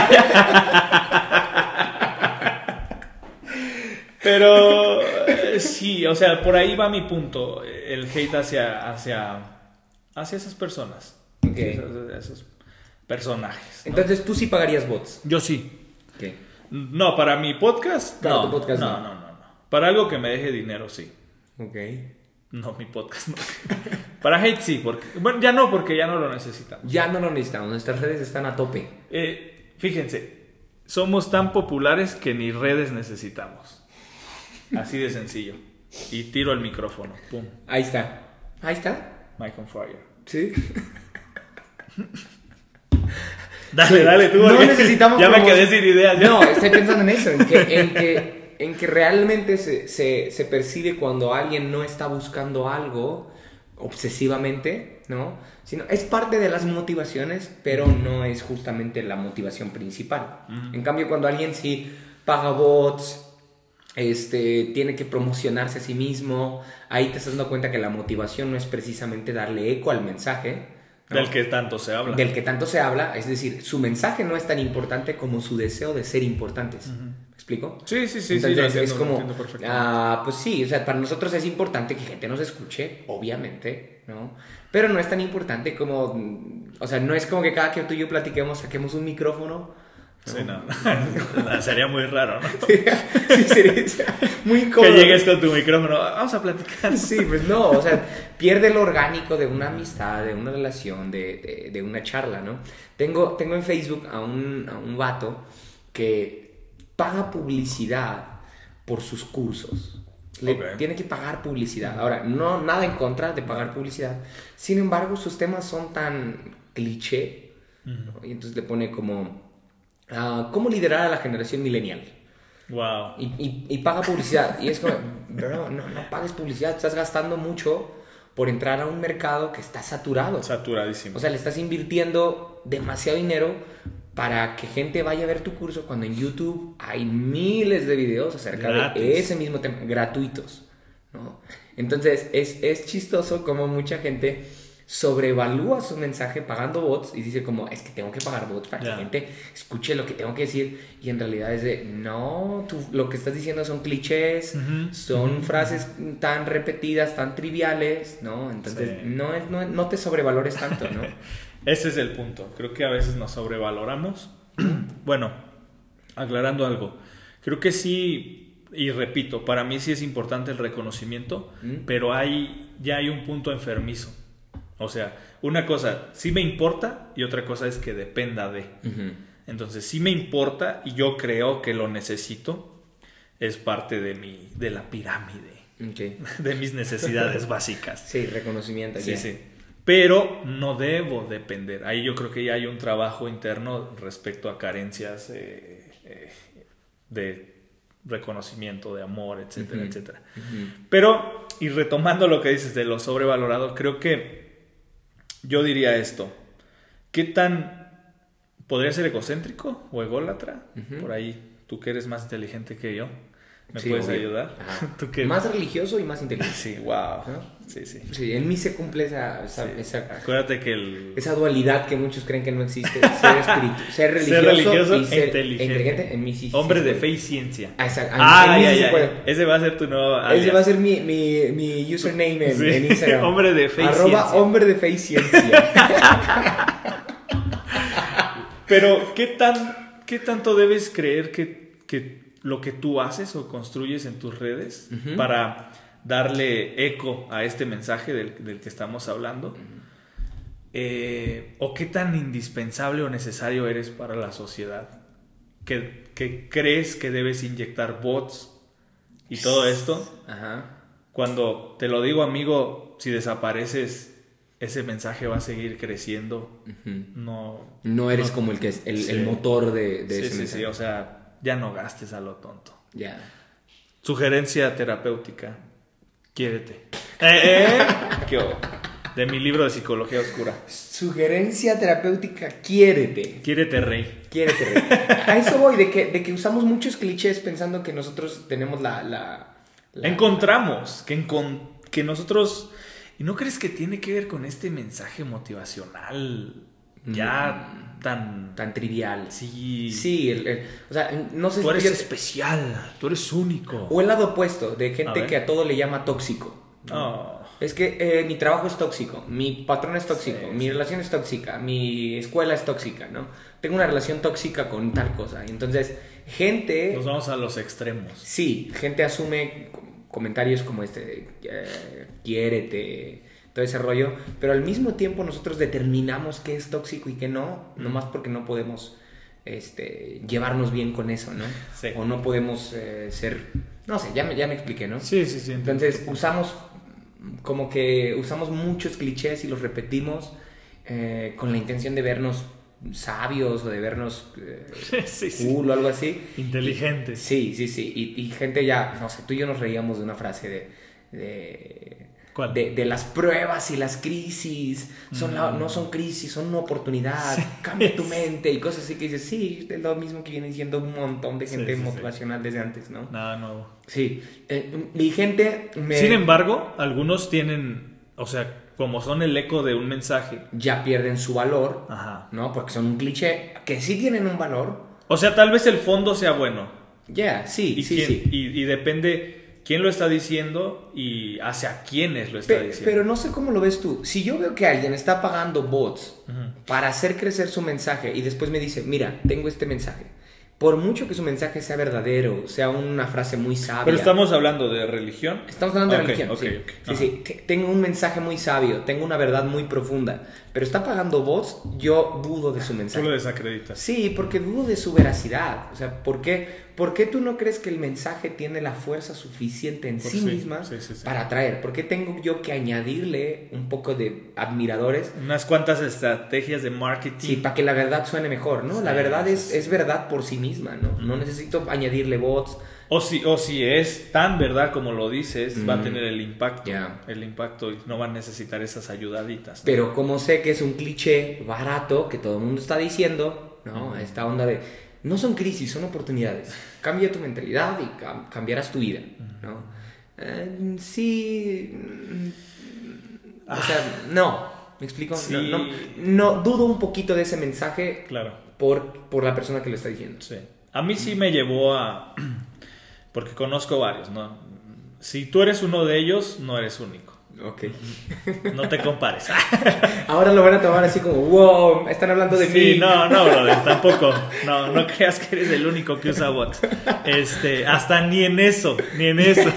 Pero sí, o sea, por ahí va mi punto. El hate hacia, hacia, hacia esas personas. Okay. Esos, esos personajes, ¿no? Entonces, ¿tú sí pagarías bots? Yo sí. ¿Qué? No, para mi podcast, Para no, tu podcast, no, no. no, no, no. Para algo que me deje dinero, sí. Ok. No, mi podcast no. Para hate sí, porque bueno, ya no, porque ya no lo necesitamos. Ya no lo necesitamos, nuestras redes están a tope. Eh, fíjense, somos tan populares que ni redes necesitamos. Así de sencillo. Y tiro el micrófono. Pum. Ahí está. Ahí está. Mike on fire. Sí. Dale, Sí, dale, tú. no porque necesitamos Ya me promo- quedé sin ideas. ya. No, estoy pensando en eso, en que, en que, en que realmente se, se, se percibe cuando alguien no está buscando algo obsesivamente, ¿no? Sino es parte de las motivaciones, pero no es justamente la motivación principal. Ujú. En cambio, cuando alguien sí paga bots, este, tiene que promocionarse a sí mismo, ahí te estás dando cuenta que la motivación no es precisamente darle eco al mensaje, ¿no? Del que tanto se habla. Del que tanto se habla, es decir, su mensaje no es tan importante como su deseo de ser importantes. Ujú. ¿Me explico? Sí, sí, sí, sí. Entonces lo es entiendo, lo como, entiendo perfectamente. ah, pues sí, o sea, para nosotros es importante que gente nos escuche, obviamente, ¿no? Pero no es tan importante como, mm, o sea, no es como que cada que tú y yo platiquemos saquemos un micrófono. Sí, no. Sería muy raro, ¿no? Sí, sería muy Que incómodo. llegues con tu micrófono. Vamos a platicar. Sí, pues no, o sea, pierde lo orgánico de una amistad, de una relación, de, de, de una charla, ¿no? Tengo, tengo en Facebook a un, a un vato que paga publicidad por sus cursos. Le Ok. tiene que pagar publicidad. Ahora, no, nada en contra de pagar publicidad. Sin embargo, sus temas son tan cliché, ¿no? Y entonces le pone como, ah, ¿cómo liderar a la generación millennial? Wow. Y, y, y paga publicidad. Y es como, bro, no, no pagues publicidad. Estás gastando mucho por entrar a un mercado que está saturado. Saturadísimo. O sea, le estás invirtiendo demasiado dinero para que gente vaya a ver tu curso cuando en YouTube hay miles de videos acerca Gratis. de ese mismo tema, gratuitos, ¿no? Entonces, es, es chistoso como mucha gente sobrevalúa su mensaje pagando bots y dice como, es que tengo que pagar bots para que Ya. la gente escuche lo que tengo que decir, y en realidad es de, no, tú, lo que estás diciendo son clichés, Ujú. son frases tan repetidas, tan triviales, ¿no? Entonces, Sí. no, es, no, no te sobrevalores tanto, ¿no? Ese es el punto. Creo que a veces nos sobrevaloramos. Bueno, aclarando algo. Creo que sí, y repito, para mí sí es importante el reconocimiento, ¿Mm? pero hay, ya hay un punto enfermizo. O sea, una cosa sí me importa y otra cosa es que dependa de. Ujú. Entonces, sí me importa y yo creo que lo necesito. Es parte de mi, de la pirámide, Okay. de mis necesidades básicas. Sí, reconocimiento. Sí, ya. sí. Pero no debo depender. Ahí yo creo que ya hay un trabajo interno respecto a carencias eh, eh, de reconocimiento, de amor, etcétera, Ujú. etcétera. Ujú. Pero, y retomando lo que dices de lo sobrevalorado, creo que yo diría esto. ¿Qué tan podría ser egocéntrico o ególatra? Ujú. Por ahí, tú que eres más inteligente que yo, ¿me Sí, puedes obvio. ayudar? Ajá. ¿Tú qué? Más religioso y más inteligente. Sí, wow. ¿No? Sí, sí. Sí, en mí se cumple esa, esa, Sí. esa, Acuérdate que el... esa dualidad que muchos creen que no existe. Ser espíritu, ser religioso, Ser religioso y e ser inteligente. En mí sí, sí Hombre se de puede. fe y ciencia. Ah, exacto. En- Ah, en mí ya, sí se ya, puede. ya. Ese va a ser tu nuevo Ese alias. va a ser mi, mi, mi username en, Sí. en Instagram. Hombre de fe y Arroba ciencia. hombre de fe y ciencia. Pero, ¿qué tan qué tanto debes creer que, que lo que tú haces o construyes en tus redes Ujú. para darle eco a este mensaje del, del que estamos hablando? Eh, ¿O qué tan indispensable o necesario eres para la sociedad? ¿Que, que crees que debes inyectar bots y todo esto? Ajá. Cuando te lo digo, amigo, si desapareces, ese mensaje va a seguir creciendo. Ujú. No, No eres no- como el que es el, Sí. el motor de, de sí, ese sí, mensaje. sí, o sea, ya no gastes a lo tonto. Ya. Sugerencia terapéutica. Quiérete. ¿Eh? ¿Eh? ¿Qué hubo? De mi libro de psicología oscura. Sugerencia terapéutica, quiérete. Quiérete, rey. Quiérete. Rey. A eso voy, de que, de que usamos muchos clichés pensando que nosotros tenemos la... la, la- Encontramos que, encon- que nosotros ¿Y no crees que tiene que ver con este mensaje motivacional ya mm, tan... tan trivial? Sí. Sí, el, el, o sea, no sé tú si... eres especial, tú eres único. O el lado opuesto, de gente a que a todo le llama tóxico. Oh. Es que eh, mi trabajo es tóxico, mi patrón es tóxico, sí, mi sí. relación es tóxica, mi escuela es tóxica, ¿no? Tengo una relación tóxica con tal cosa. Y entonces, gente... Nos vamos a los extremos. Sí, gente asume comentarios como este, eh, quiérete, todo ese rollo, pero al mismo tiempo nosotros determinamos qué es tóxico y qué no, mm. nomás porque no podemos este, llevarnos bien con eso, ¿no? Sí. O no podemos eh, ser... No sé, ya me, ya me expliqué, ¿no? Sí, sí, sí. Entonces, usamos... como que usamos muchos clichés y los repetimos eh, con la intención de vernos sabios o de vernos eh, sí, sí. cool o algo así. Inteligentes. Sí, sí, sí. Y, y gente ya, no sé, tú y yo nos reíamos de una frase de... de ¿Cuál? De, de las pruebas y las crisis. Son mm. la, no son crisis, son una oportunidad. Sí. Cambia tu mente y cosas así que dices, sí, es lo mismo que viene diciendo un montón de gente sí, sí, motivacional sí. desde antes, ¿no? Nada nuevo. Sí. Eh, y gente... Me... Sin embargo, algunos tienen, o sea, como son el eco de un mensaje, ya pierden su valor, Ajá. ¿no? Porque son un cliché que sí tienen un valor. O sea, tal vez el fondo sea bueno. Ya, yeah, sí, y sí, quién, sí. Y, y depende... ¿Quién lo está diciendo y hacia quiénes lo está Pe- diciendo? Pero no sé cómo lo ves tú. Si yo veo que alguien está pagando bots uh-huh. para hacer crecer su mensaje y después me dice, mira, tengo este mensaje. Por mucho que su mensaje sea verdadero, sea una frase muy sabia. Pero estamos hablando de religión. Estamos hablando de okay, religión, okay, sí. Okay. Sí, sí. T- tengo un mensaje muy sabio, tengo una verdad muy profunda. Pero está pagando bots, yo dudo de su mensaje. Tú lo desacreditas. Sí, porque dudo de su veracidad. O sea, ¿por qué, ¿por qué tú no crees que el mensaje tiene la fuerza suficiente en sí, sí misma sí, sí, sí. para atraer? ¿Por qué tengo yo que añadirle un poco de admiradores? Unas cuantas estrategias de marketing. Sí, para que la verdad suene mejor, ¿no? Sí, la verdad sí, es, sí. es verdad por sí misma, ¿no? Mm. No necesito añadirle bots. O si, o si es tan verdad como lo dices, mm. va a tener el impacto. Yeah. El impacto y no va a necesitar esas ayudaditas, ¿no? Pero como sé que es un cliché barato que todo el mundo está diciendo, ¿no? Mm. Esta onda de... No son crisis, son oportunidades. Cambia tu mentalidad y cam- cambiarás tu vida, ¿no? Eh, sí... O sea, no. ¿Me explico? Sí. No, no, no, dudo un poquito de ese mensaje claro. por, por la persona que lo está diciendo. Sí. A mí sí me llevó a... Porque conozco varios, ¿no? Si tú eres uno de ellos, no eres único. Ok. No te compares. Ahora lo van a tomar así como, wow, están hablando de sí, mí. Sí, no, no, brother, tampoco. No, no creas que eres el único que usa bots. Este, hasta ni en eso, ni en eso.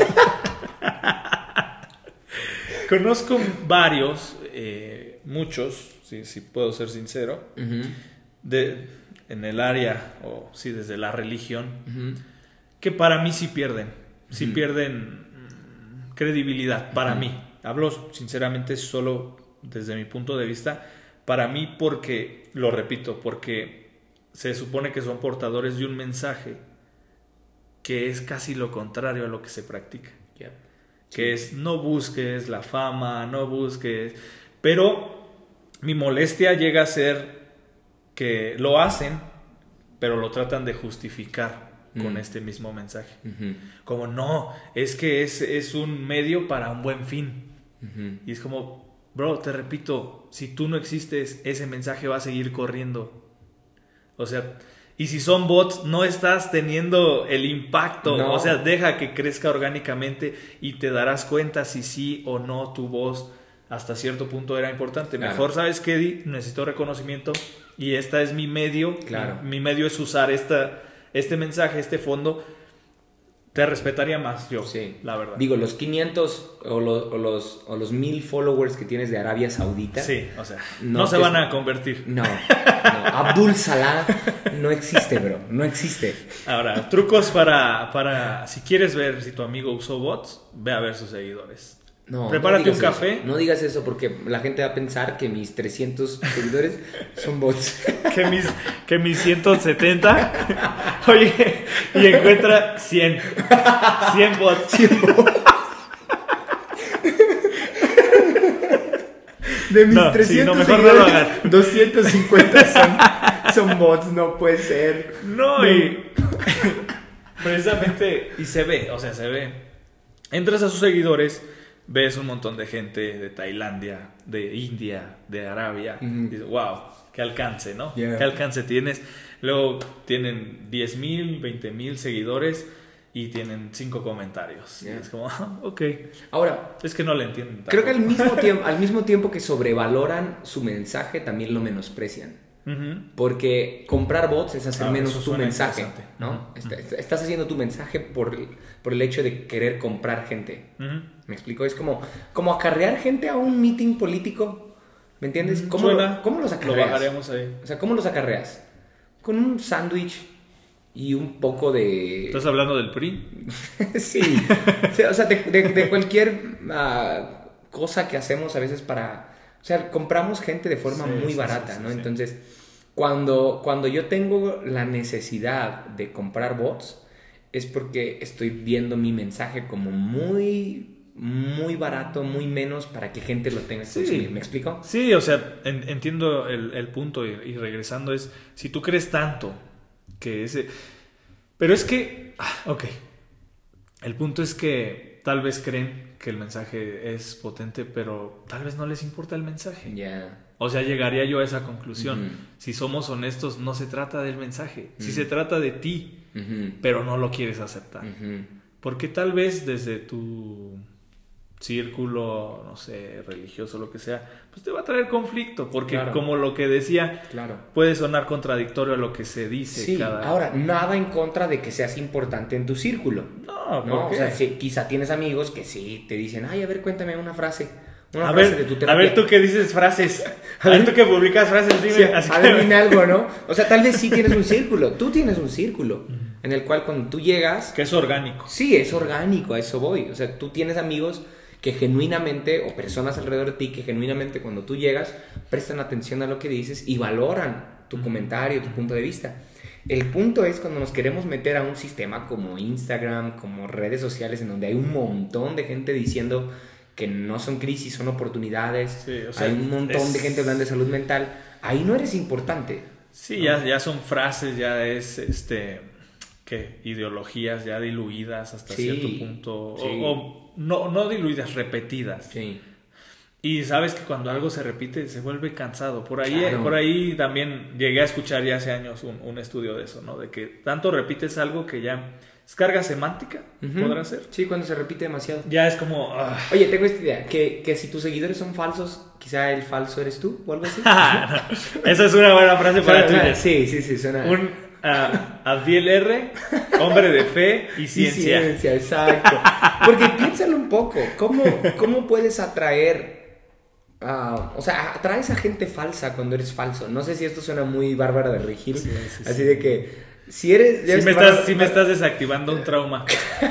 Conozco varios, eh, muchos, si, si puedo ser sincero, uh-huh. de, en el área, o sí, desde la religión, uh-huh. que para mí sí pierden, sí uh-huh. pierden mm, credibilidad, para uh-huh. mí. Hablo sinceramente solo desde mi punto de vista, para mí porque, lo repito, porque se supone que son portadores de un mensaje que es casi lo contrario a lo que se practica. Yeah. Que sí. es no busques la fama, no busques... Pero mi molestia llega a ser que lo hacen, pero lo tratan de justificar mm. con este mismo mensaje. Uh-huh. Como no, es que es, es un medio para un buen fin. Uh-huh. Y es como, bro, te repito, si tú no existes, ese mensaje va a seguir corriendo. O sea, y si son bots, no estás teniendo el impacto. No. O sea, deja que crezca orgánicamente y te darás cuenta si sí o no tu voz hasta cierto punto era importante. Claro. Mejor, ¿sabes qué, Di? Necesito reconocimiento y esta es mi medio. Claro. Mi, mi medio es usar esta, este mensaje, este fondo. Te respetaría más yo, sí. la verdad. Digo, los quinientos o los, o los, o los mil followers que tienes de Arabia Saudita. Sí, o sea, no, no se van a convertir. No, no. Abdul Salah no existe, bro. No existe. Ahora, trucos para, para... Si quieres ver si tu amigo usó bots, ve a ver sus seguidores. No, prepárate no un café. Eso. No digas eso porque la gente va a pensar que mis trescientos seguidores son bots. Que mis, que mis ciento setenta. Oye, y encuentra cien. cien bots. cien bots. De mis no, trescientos sí, no, mejor no lo hagas. doscientos cincuenta son, son bots, no puede ser. No, no. Y precisamente, y se ve, o sea, se ve. Entras a sus seguidores, ves un montón de gente de Tailandia, de India, de Arabia, Ujú. y dices, wow, qué alcance, ¿no? Yeah. ¿Qué alcance tienes? Luego tienen diez mil, veinte mil seguidores y tienen cinco comentarios. Yeah. Y es como, ah, ok, Ahora, es que no le entienden. creo que al tampoco. mismo, tiempo, al mismo tiempo que sobrevaloran su mensaje, también lo menosprecian. Ujú. Porque comprar bots es hacer Ah, menos eso tu suena mensaje, interesante. ¿no? Ujú. Est- est- Estás haciendo tu mensaje por, el- por el hecho de querer comprar gente. Ujú. ¿Me explico? Es como, como acarrear gente a un meeting político, ¿me entiendes? Mm, ¿Cómo, suena. lo- ¿Cómo los Lo acarreas? bajaremos ahí. O sea, ¿cómo los acarreas? Con un sándwich y un poco de... ¿Estás hablando del P R I? Sí, o sea, o sea, de, de- de cualquier ah, cosa que hacemos a veces para... O sea, compramos gente de forma Sí, muy sí, barata, sí, sí, ¿no? sí. Entonces, cuando, cuando yo tengo la necesidad de comprar bots, es porque estoy viendo mi mensaje como muy, muy barato, muy menos para que gente lo tenga que Sí. consumir. ¿Me explico? Sí, o sea, en- entiendo el, el punto y, y regresando es, si tú crees tanto que ese... Pero es que, ah, ok, el punto es que tal vez creen que el mensaje es potente, pero tal vez no les importa el mensaje. Ya. O sea, llegaría yo a esa conclusión. Ujú. Si somos honestos, no se trata del mensaje, si Ujú. se trata de ti, Ujú. pero no lo quieres aceptar. Ujú. Porque tal vez desde tu círculo, no sé, religioso, lo que sea, pues te va a traer conflicto, porque Claro. como lo que decía, Claro. puede sonar contradictorio a lo que se dice Sí, cada... ahora, nada en contra de que seas importante en tu círculo. No, No, ¿por o qué? sea, sí, quizá tienes amigos que sí te dicen, ay, a ver, cuéntame una frase. Una a frase ver, de tu a terapia. ver tú que dices frases, a ver tú que publicas frases, dime. Sí, así a que- ver, dime algo, ¿no? O sea, tal vez sí tienes un círculo. Tú tienes un círculo en el cual cuando tú llegas, que es orgánico. sí, es orgánico, a eso voy. O sea, tú tienes amigos que genuinamente, o personas alrededor de ti que genuinamente cuando tú llegas, prestan atención a lo que dices y valoran tu comentario, tu punto de vista. El punto es cuando nos queremos meter a un sistema como Instagram, como redes sociales, en donde hay un montón de gente diciendo que no son crisis, son oportunidades. Sí, o sea, hay un montón es- de gente hablando de salud mental. Ahí no eres importante. Sí, ya, ya son frases, ya es este que ideologías ya diluidas hasta Sí, cierto punto, sí. o, o no, no diluidas, repetidas. Sí. Y sabes que cuando algo se repite se vuelve cansado. Por ahí, Claro. por ahí también llegué a escuchar ya hace años un, un estudio de eso, ¿no? De que tanto repites algo que ya es carga semántica, Ujú. podrá ser. Sí, cuando se repite demasiado. Ya es como... ah. Oye, tengo esta idea, que, que si tus seguidores son falsos, quizá el falso eres tú o algo así. Esa es una buena frase para Suena- Twitter. Sí, sí, sí, suena. Un ah, Abdiel R, hombre de fe y Y ciencia. ciencia, exacto. Porque piénsalo un poco, ¿cómo, cómo puedes atraer, ah, o sea, atraes a gente falsa cuando eres falso? No sé si esto suena muy Bárbara de Regil, Sí, sí, así sí. de que si eres... ya Sí ves me, que Bárbara- estás, sí me estás desactivando un trauma.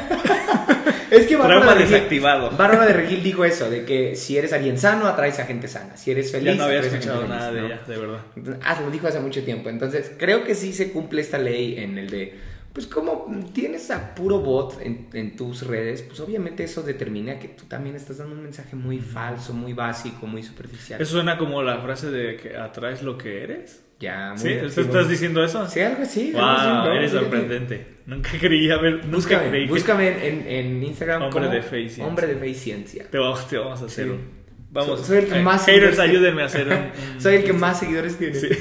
Es que Bárbara Trauma de Regil- desactivado. Bárbara de Regil dijo eso, de que si eres alguien sano, atraes a gente sana. Si eres feliz, Ya no había atraes a gente escuchado feliz, nada de ¿no? ella, de verdad. Entonces, ah, lo dijo hace mucho tiempo. Entonces, creo que sí se cumple esta ley en el de, pues como tienes a puro bot en, en tus redes, pues obviamente eso determina que tú también estás dando un mensaje muy falso, muy básico, muy superficial. Eso suena como la frase de que atraes lo que eres. Ya, muy ¿Sí? bien, ¿Tú estás diciendo eso? Sí, algo así. Wow, algo así, ¿no? eres Fíjate. sorprendente. Nunca creí haber, nunca Búscame, creí que búscame en, en, en Instagram Hombre como de fe y ciencia. Hombre de fe y ciencia. te vamos, te vamos a hacer Sí. un... Vamos, Soy- soy el que eh, más haters, seguidores- ayúdenme a hacer un... un- Soy el que más seguidores tiene. Sí.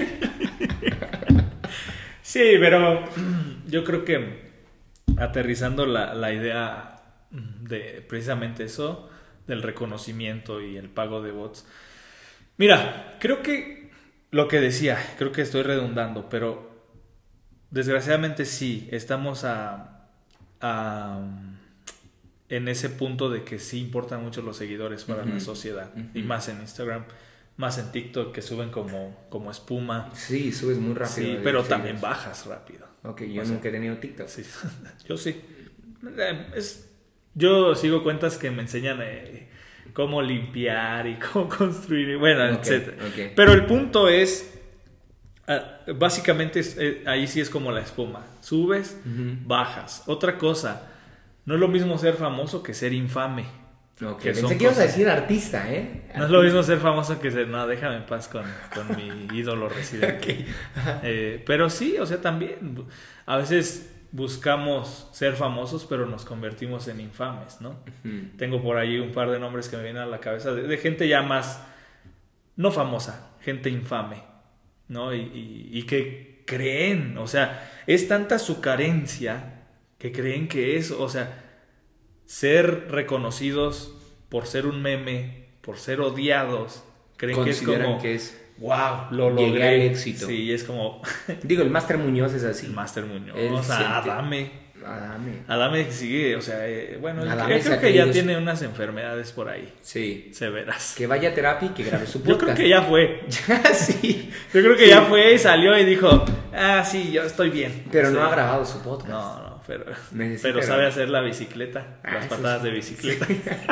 Sí, pero yo creo que aterrizando la, la idea de precisamente eso, del reconocimiento y el pago de bots. Mira, creo que lo que decía, creo que estoy redundando, pero desgraciadamente sí, estamos a, a en ese punto de que sí importan mucho los seguidores para Ujú. la sociedad, Ujú. y más en Instagram, más en TikTok, que suben como, como espuma. Sí, subes muy rápido. Sí, de pero seguidores. también bajas rápido. Ok, yo O sea, nunca he tenido TikTok. Sí, yo sí. Eh, Es, yo sigo cuentas que me enseñan eh, cómo limpiar y cómo construir, y bueno, Ok, etcétera. ok. Pero el punto es, ah, básicamente es, eh, ahí sí es como la espuma. Subes, Ujú. bajas. Otra cosa, no es lo mismo ser famoso que ser infame. Ok, Que pensé son que ibas a cosas- decir artista, ¿eh? No es lo mismo ser famoso que ser, no, déjame en paz con, con mi ídolo residente. Eh, pero sí, o sea, también, a veces buscamos ser famosos, pero nos convertimos en infames, ¿no? Uh-huh. Tengo por ahí un par de nombres que me vienen a la cabeza de, de gente ya más, no famosa, gente infame, ¿no? Y, y, y que creen, o sea, es tanta su carencia que creen que es, o sea, ser reconocidos por ser un meme, por ser odiados, creen que es como... que es... Wow, lo llegué logré. al éxito. Sí, es como... Digo, el Máster Muñoz es así. El Máster Muñoz. Él O sea, siente- Adame. Adame. Adame sigue, o sea, eh, bueno, Adame yo se creo ha que ya caído- tiene unas enfermedades por ahí, Sí. severas. Que vaya a terapia y que grabe su Yo podcast. creo que ya fue. sí. Yo creo que Sí. ya fue y salió y dijo, ah, sí, yo estoy bien. Pero Sí. no ha grabado su podcast. No, no, pero, Necesita pero sabe grabar. hacer la bicicleta, Ah, las eso patadas sí. de bicicleta.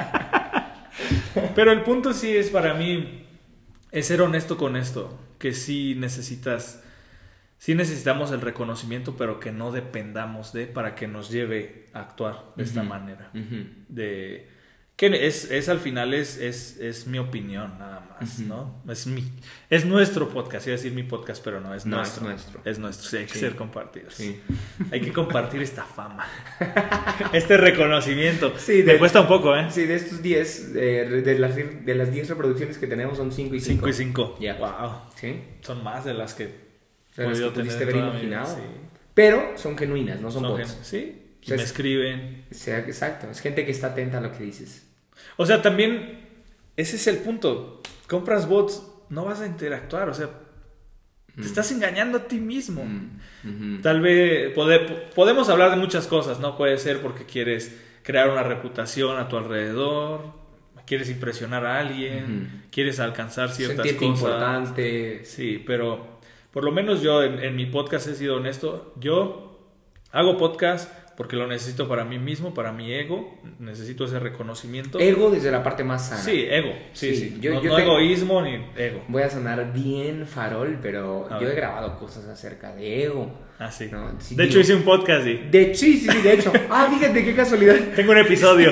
Pero el punto sí es para mí, es ser honesto con esto, que sí necesitas, sí necesitamos el reconocimiento, pero que no dependamos de para que nos lleve a actuar de esta Ujú. manera. Ujú. De que es, es al final es, es, es mi opinión nada más, Ujú. ¿no? Es mi, es nuestro podcast, iba a decir mi podcast, pero no, es No, nuestro. es nuestro. Es nuestro, sí, hay que Sí. ser compartidos. Sí. Hay que compartir esta fama. Este reconocimiento. Sí, Me de- cuesta un poco, ¿eh? Sí, de estos diez, eh, de las de las diez reproducciones que tenemos son cinco y cinco. cinco y cinco. Ya. Wow. Sí. Son más de las que O sea, las que pudiste haber toda mi vida, imaginado. sí. Pero son genuinas, no son, Son bots. gen- sí. O sea, me es- escriben. O sea, exacto. Es gente que está atenta a lo que dices. O sea, también ese es el punto. Compras bots, no vas a interactuar. O sea, te Mm. estás engañando a ti mismo. Mm. Ujú. Tal vez pode- podemos hablar de muchas cosas, ¿no? Puede ser porque quieres crear una reputación a tu alrededor, quieres impresionar a alguien, Ujú. quieres alcanzar ciertas Sentirte cosas. importante. Sí, pero por lo menos yo en, en mi podcast he sido honesto. Yo hago podcast porque lo necesito para mí mismo, para mi ego. Necesito ese reconocimiento. Ego desde la parte más sana. Sí, ego. Sí, Sí, sí. yo- no yo no tengo- egoísmo ni ego. Voy a sonar bien farol, pero A yo ver. he grabado cosas acerca de ego. Ah, sí. No, sí, de digo- hecho hice un podcast y De sí, sí, sí, de hecho. Ah, fíjate qué casualidad. tengo un episodio.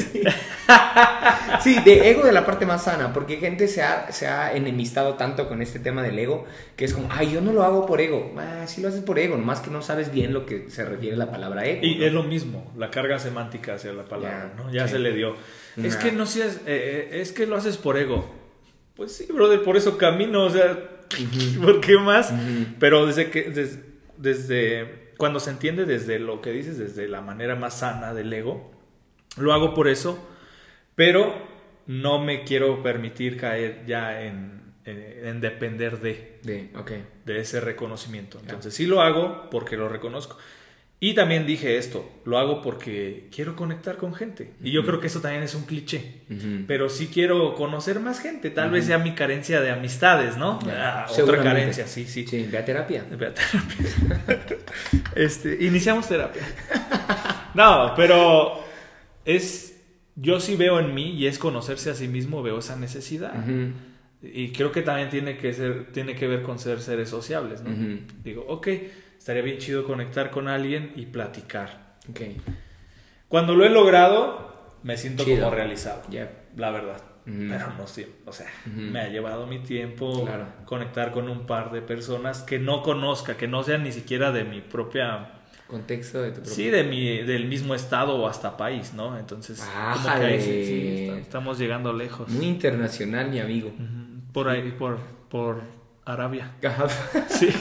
Sí, de ego de la parte más sana, porque gente se ha, se ha enemistado tanto con este tema del ego, que es como, ay, yo no lo hago por ego. Ah, sí lo haces por ego, nomás que no sabes bien lo que se refiere la palabra ego. Y ¿no? es lo mismo, la carga semántica hacia la palabra, Ya, ¿no? Ya sí. se le dio. Es Nah. que no seas, eh, eh, es que lo haces por ego. Pues sí, brother, por eso camino, o sea, ¿por qué más? Ujú. Pero desde que, des- desde, cuando se entiende desde lo que dices, desde la manera más sana del ego, lo hago por eso, pero no me quiero permitir caer ya en, en, en depender de, De, ok. de ese reconocimiento. Entonces sí lo hago porque lo reconozco. Y también dije esto, lo hago porque quiero conectar con gente. Y yo creo que eso también es un cliché. Ujú. Pero sí quiero conocer más gente. Tal vez sea mi carencia de amistades, ¿no? Ya, Ah, otra seguramente. carencia, sí, sí. Sí, ve a terapia. Ve a terapia. este, iniciamos terapia. No, pero es... Yo sí veo en mí, y es conocerse a sí mismo, veo esa necesidad. Ujú. Y creo que también tiene que ser, tiene que ver con ser seres sociables, ¿no? Ujú. Digo, ok, estaría bien chido conectar con alguien y platicar. Ok. Cuando lo he logrado, me siento Chido. como realizado, Ya. la verdad. Ujú. Pero no siempre, o sea, Ujú. me ha llevado mi tiempo Claro. conectar con un par de personas que no conozca, que no sean ni siquiera de mi propia... Contexto de tu propio. Sí, de mi, del mismo estado o hasta país, ¿no? Entonces, como que ahí sí, sí, Ájale. está- estamos llegando lejos. Muy internacional, mi amigo. Ujú. Por ahí, por, por Arabia. Ajá. Sí.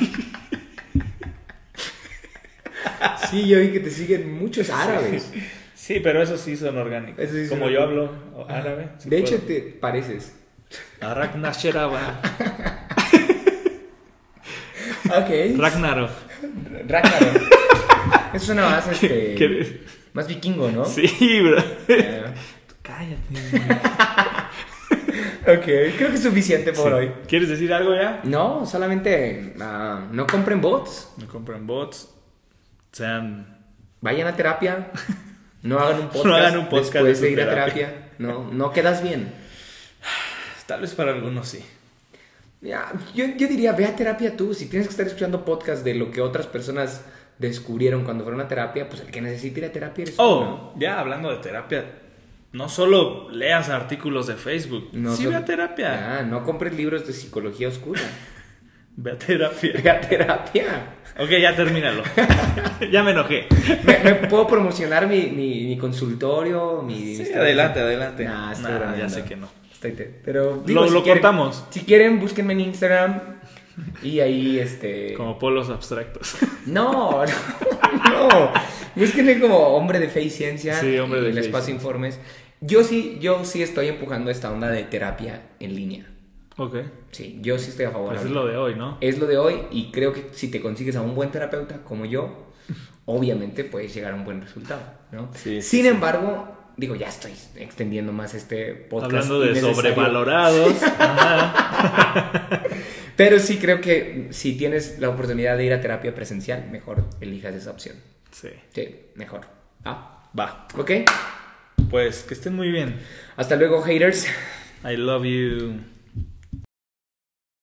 Sí, yo vi que te siguen muchos árabes. Sí, pero esos sí son orgánicos. Eso sí son Como yo orgánicos. hablo árabe. sí De hecho, puedo. te pareces. Ragnar Sheraba. Ok. Ragnarok. Ragnarok. Eso suena más, este, ¿Qué? más vikingo, ¿no? Sí, bro. Eh, Cállate. ok, creo que es suficiente por Sí. hoy. ¿Quieres decir algo ya? No, solamente ah, no compren bots. No compren bots. Sean... Vayan a terapia. No hagan un podcast. No hagan un podcast después de de su ir a terapia. terapia. No, no quedas bien. Tal vez para algunos sí. Ya, yo, yo diría, ve a terapia tú. Si tienes que estar escuchando podcast de lo que otras personas descubrieron cuando fueron a terapia, pues el que necesita ir a terapia eres tú, Oh, ¿no? ya hablando de terapia, no solo leas artículos de Facebook, No sí so- ve a terapia. Ya, no compres libros de psicología oscura. Ve a terapia. Ve a terapia. Ok, ya termínalo. Ya me enojé. ¿Me, me puedo promocionar mi, mi, mi consultorio? Mi, Sí, mi- adelante, adelante. Nah, estoy Nah, bromeando. ya sé que no. Estoy te- Pero Lo- si lo quieren- cortamos. Si quieren, búsquenme en Instagram. Y ahí, este... Como polos abstractos. No, no, no. Búsquenme como hombre de fe y ciencia. Sí, hombre de y les fe y paso ciencia. informes. Yo sí, yo sí estoy empujando esta onda de terapia en línea. Ok. Sí, yo sí estoy a favor. Pues es lo de hoy, ¿no? Es lo de hoy y creo que si te consigues a un buen terapeuta como yo, obviamente puedes llegar a un buen resultado, ¿no? Sí, sí, Sin sí. embargo, digo, ya estoy extendiendo más este podcast. Hablando de innecesario. sobrevalorados. Ajá. Pero sí creo que si tienes la oportunidad de ir a terapia presencial, mejor elijas esa opción. Sí. Sí, mejor. Ah, Va. ok. Pues que estén muy bien. Hasta luego, haters. I love you.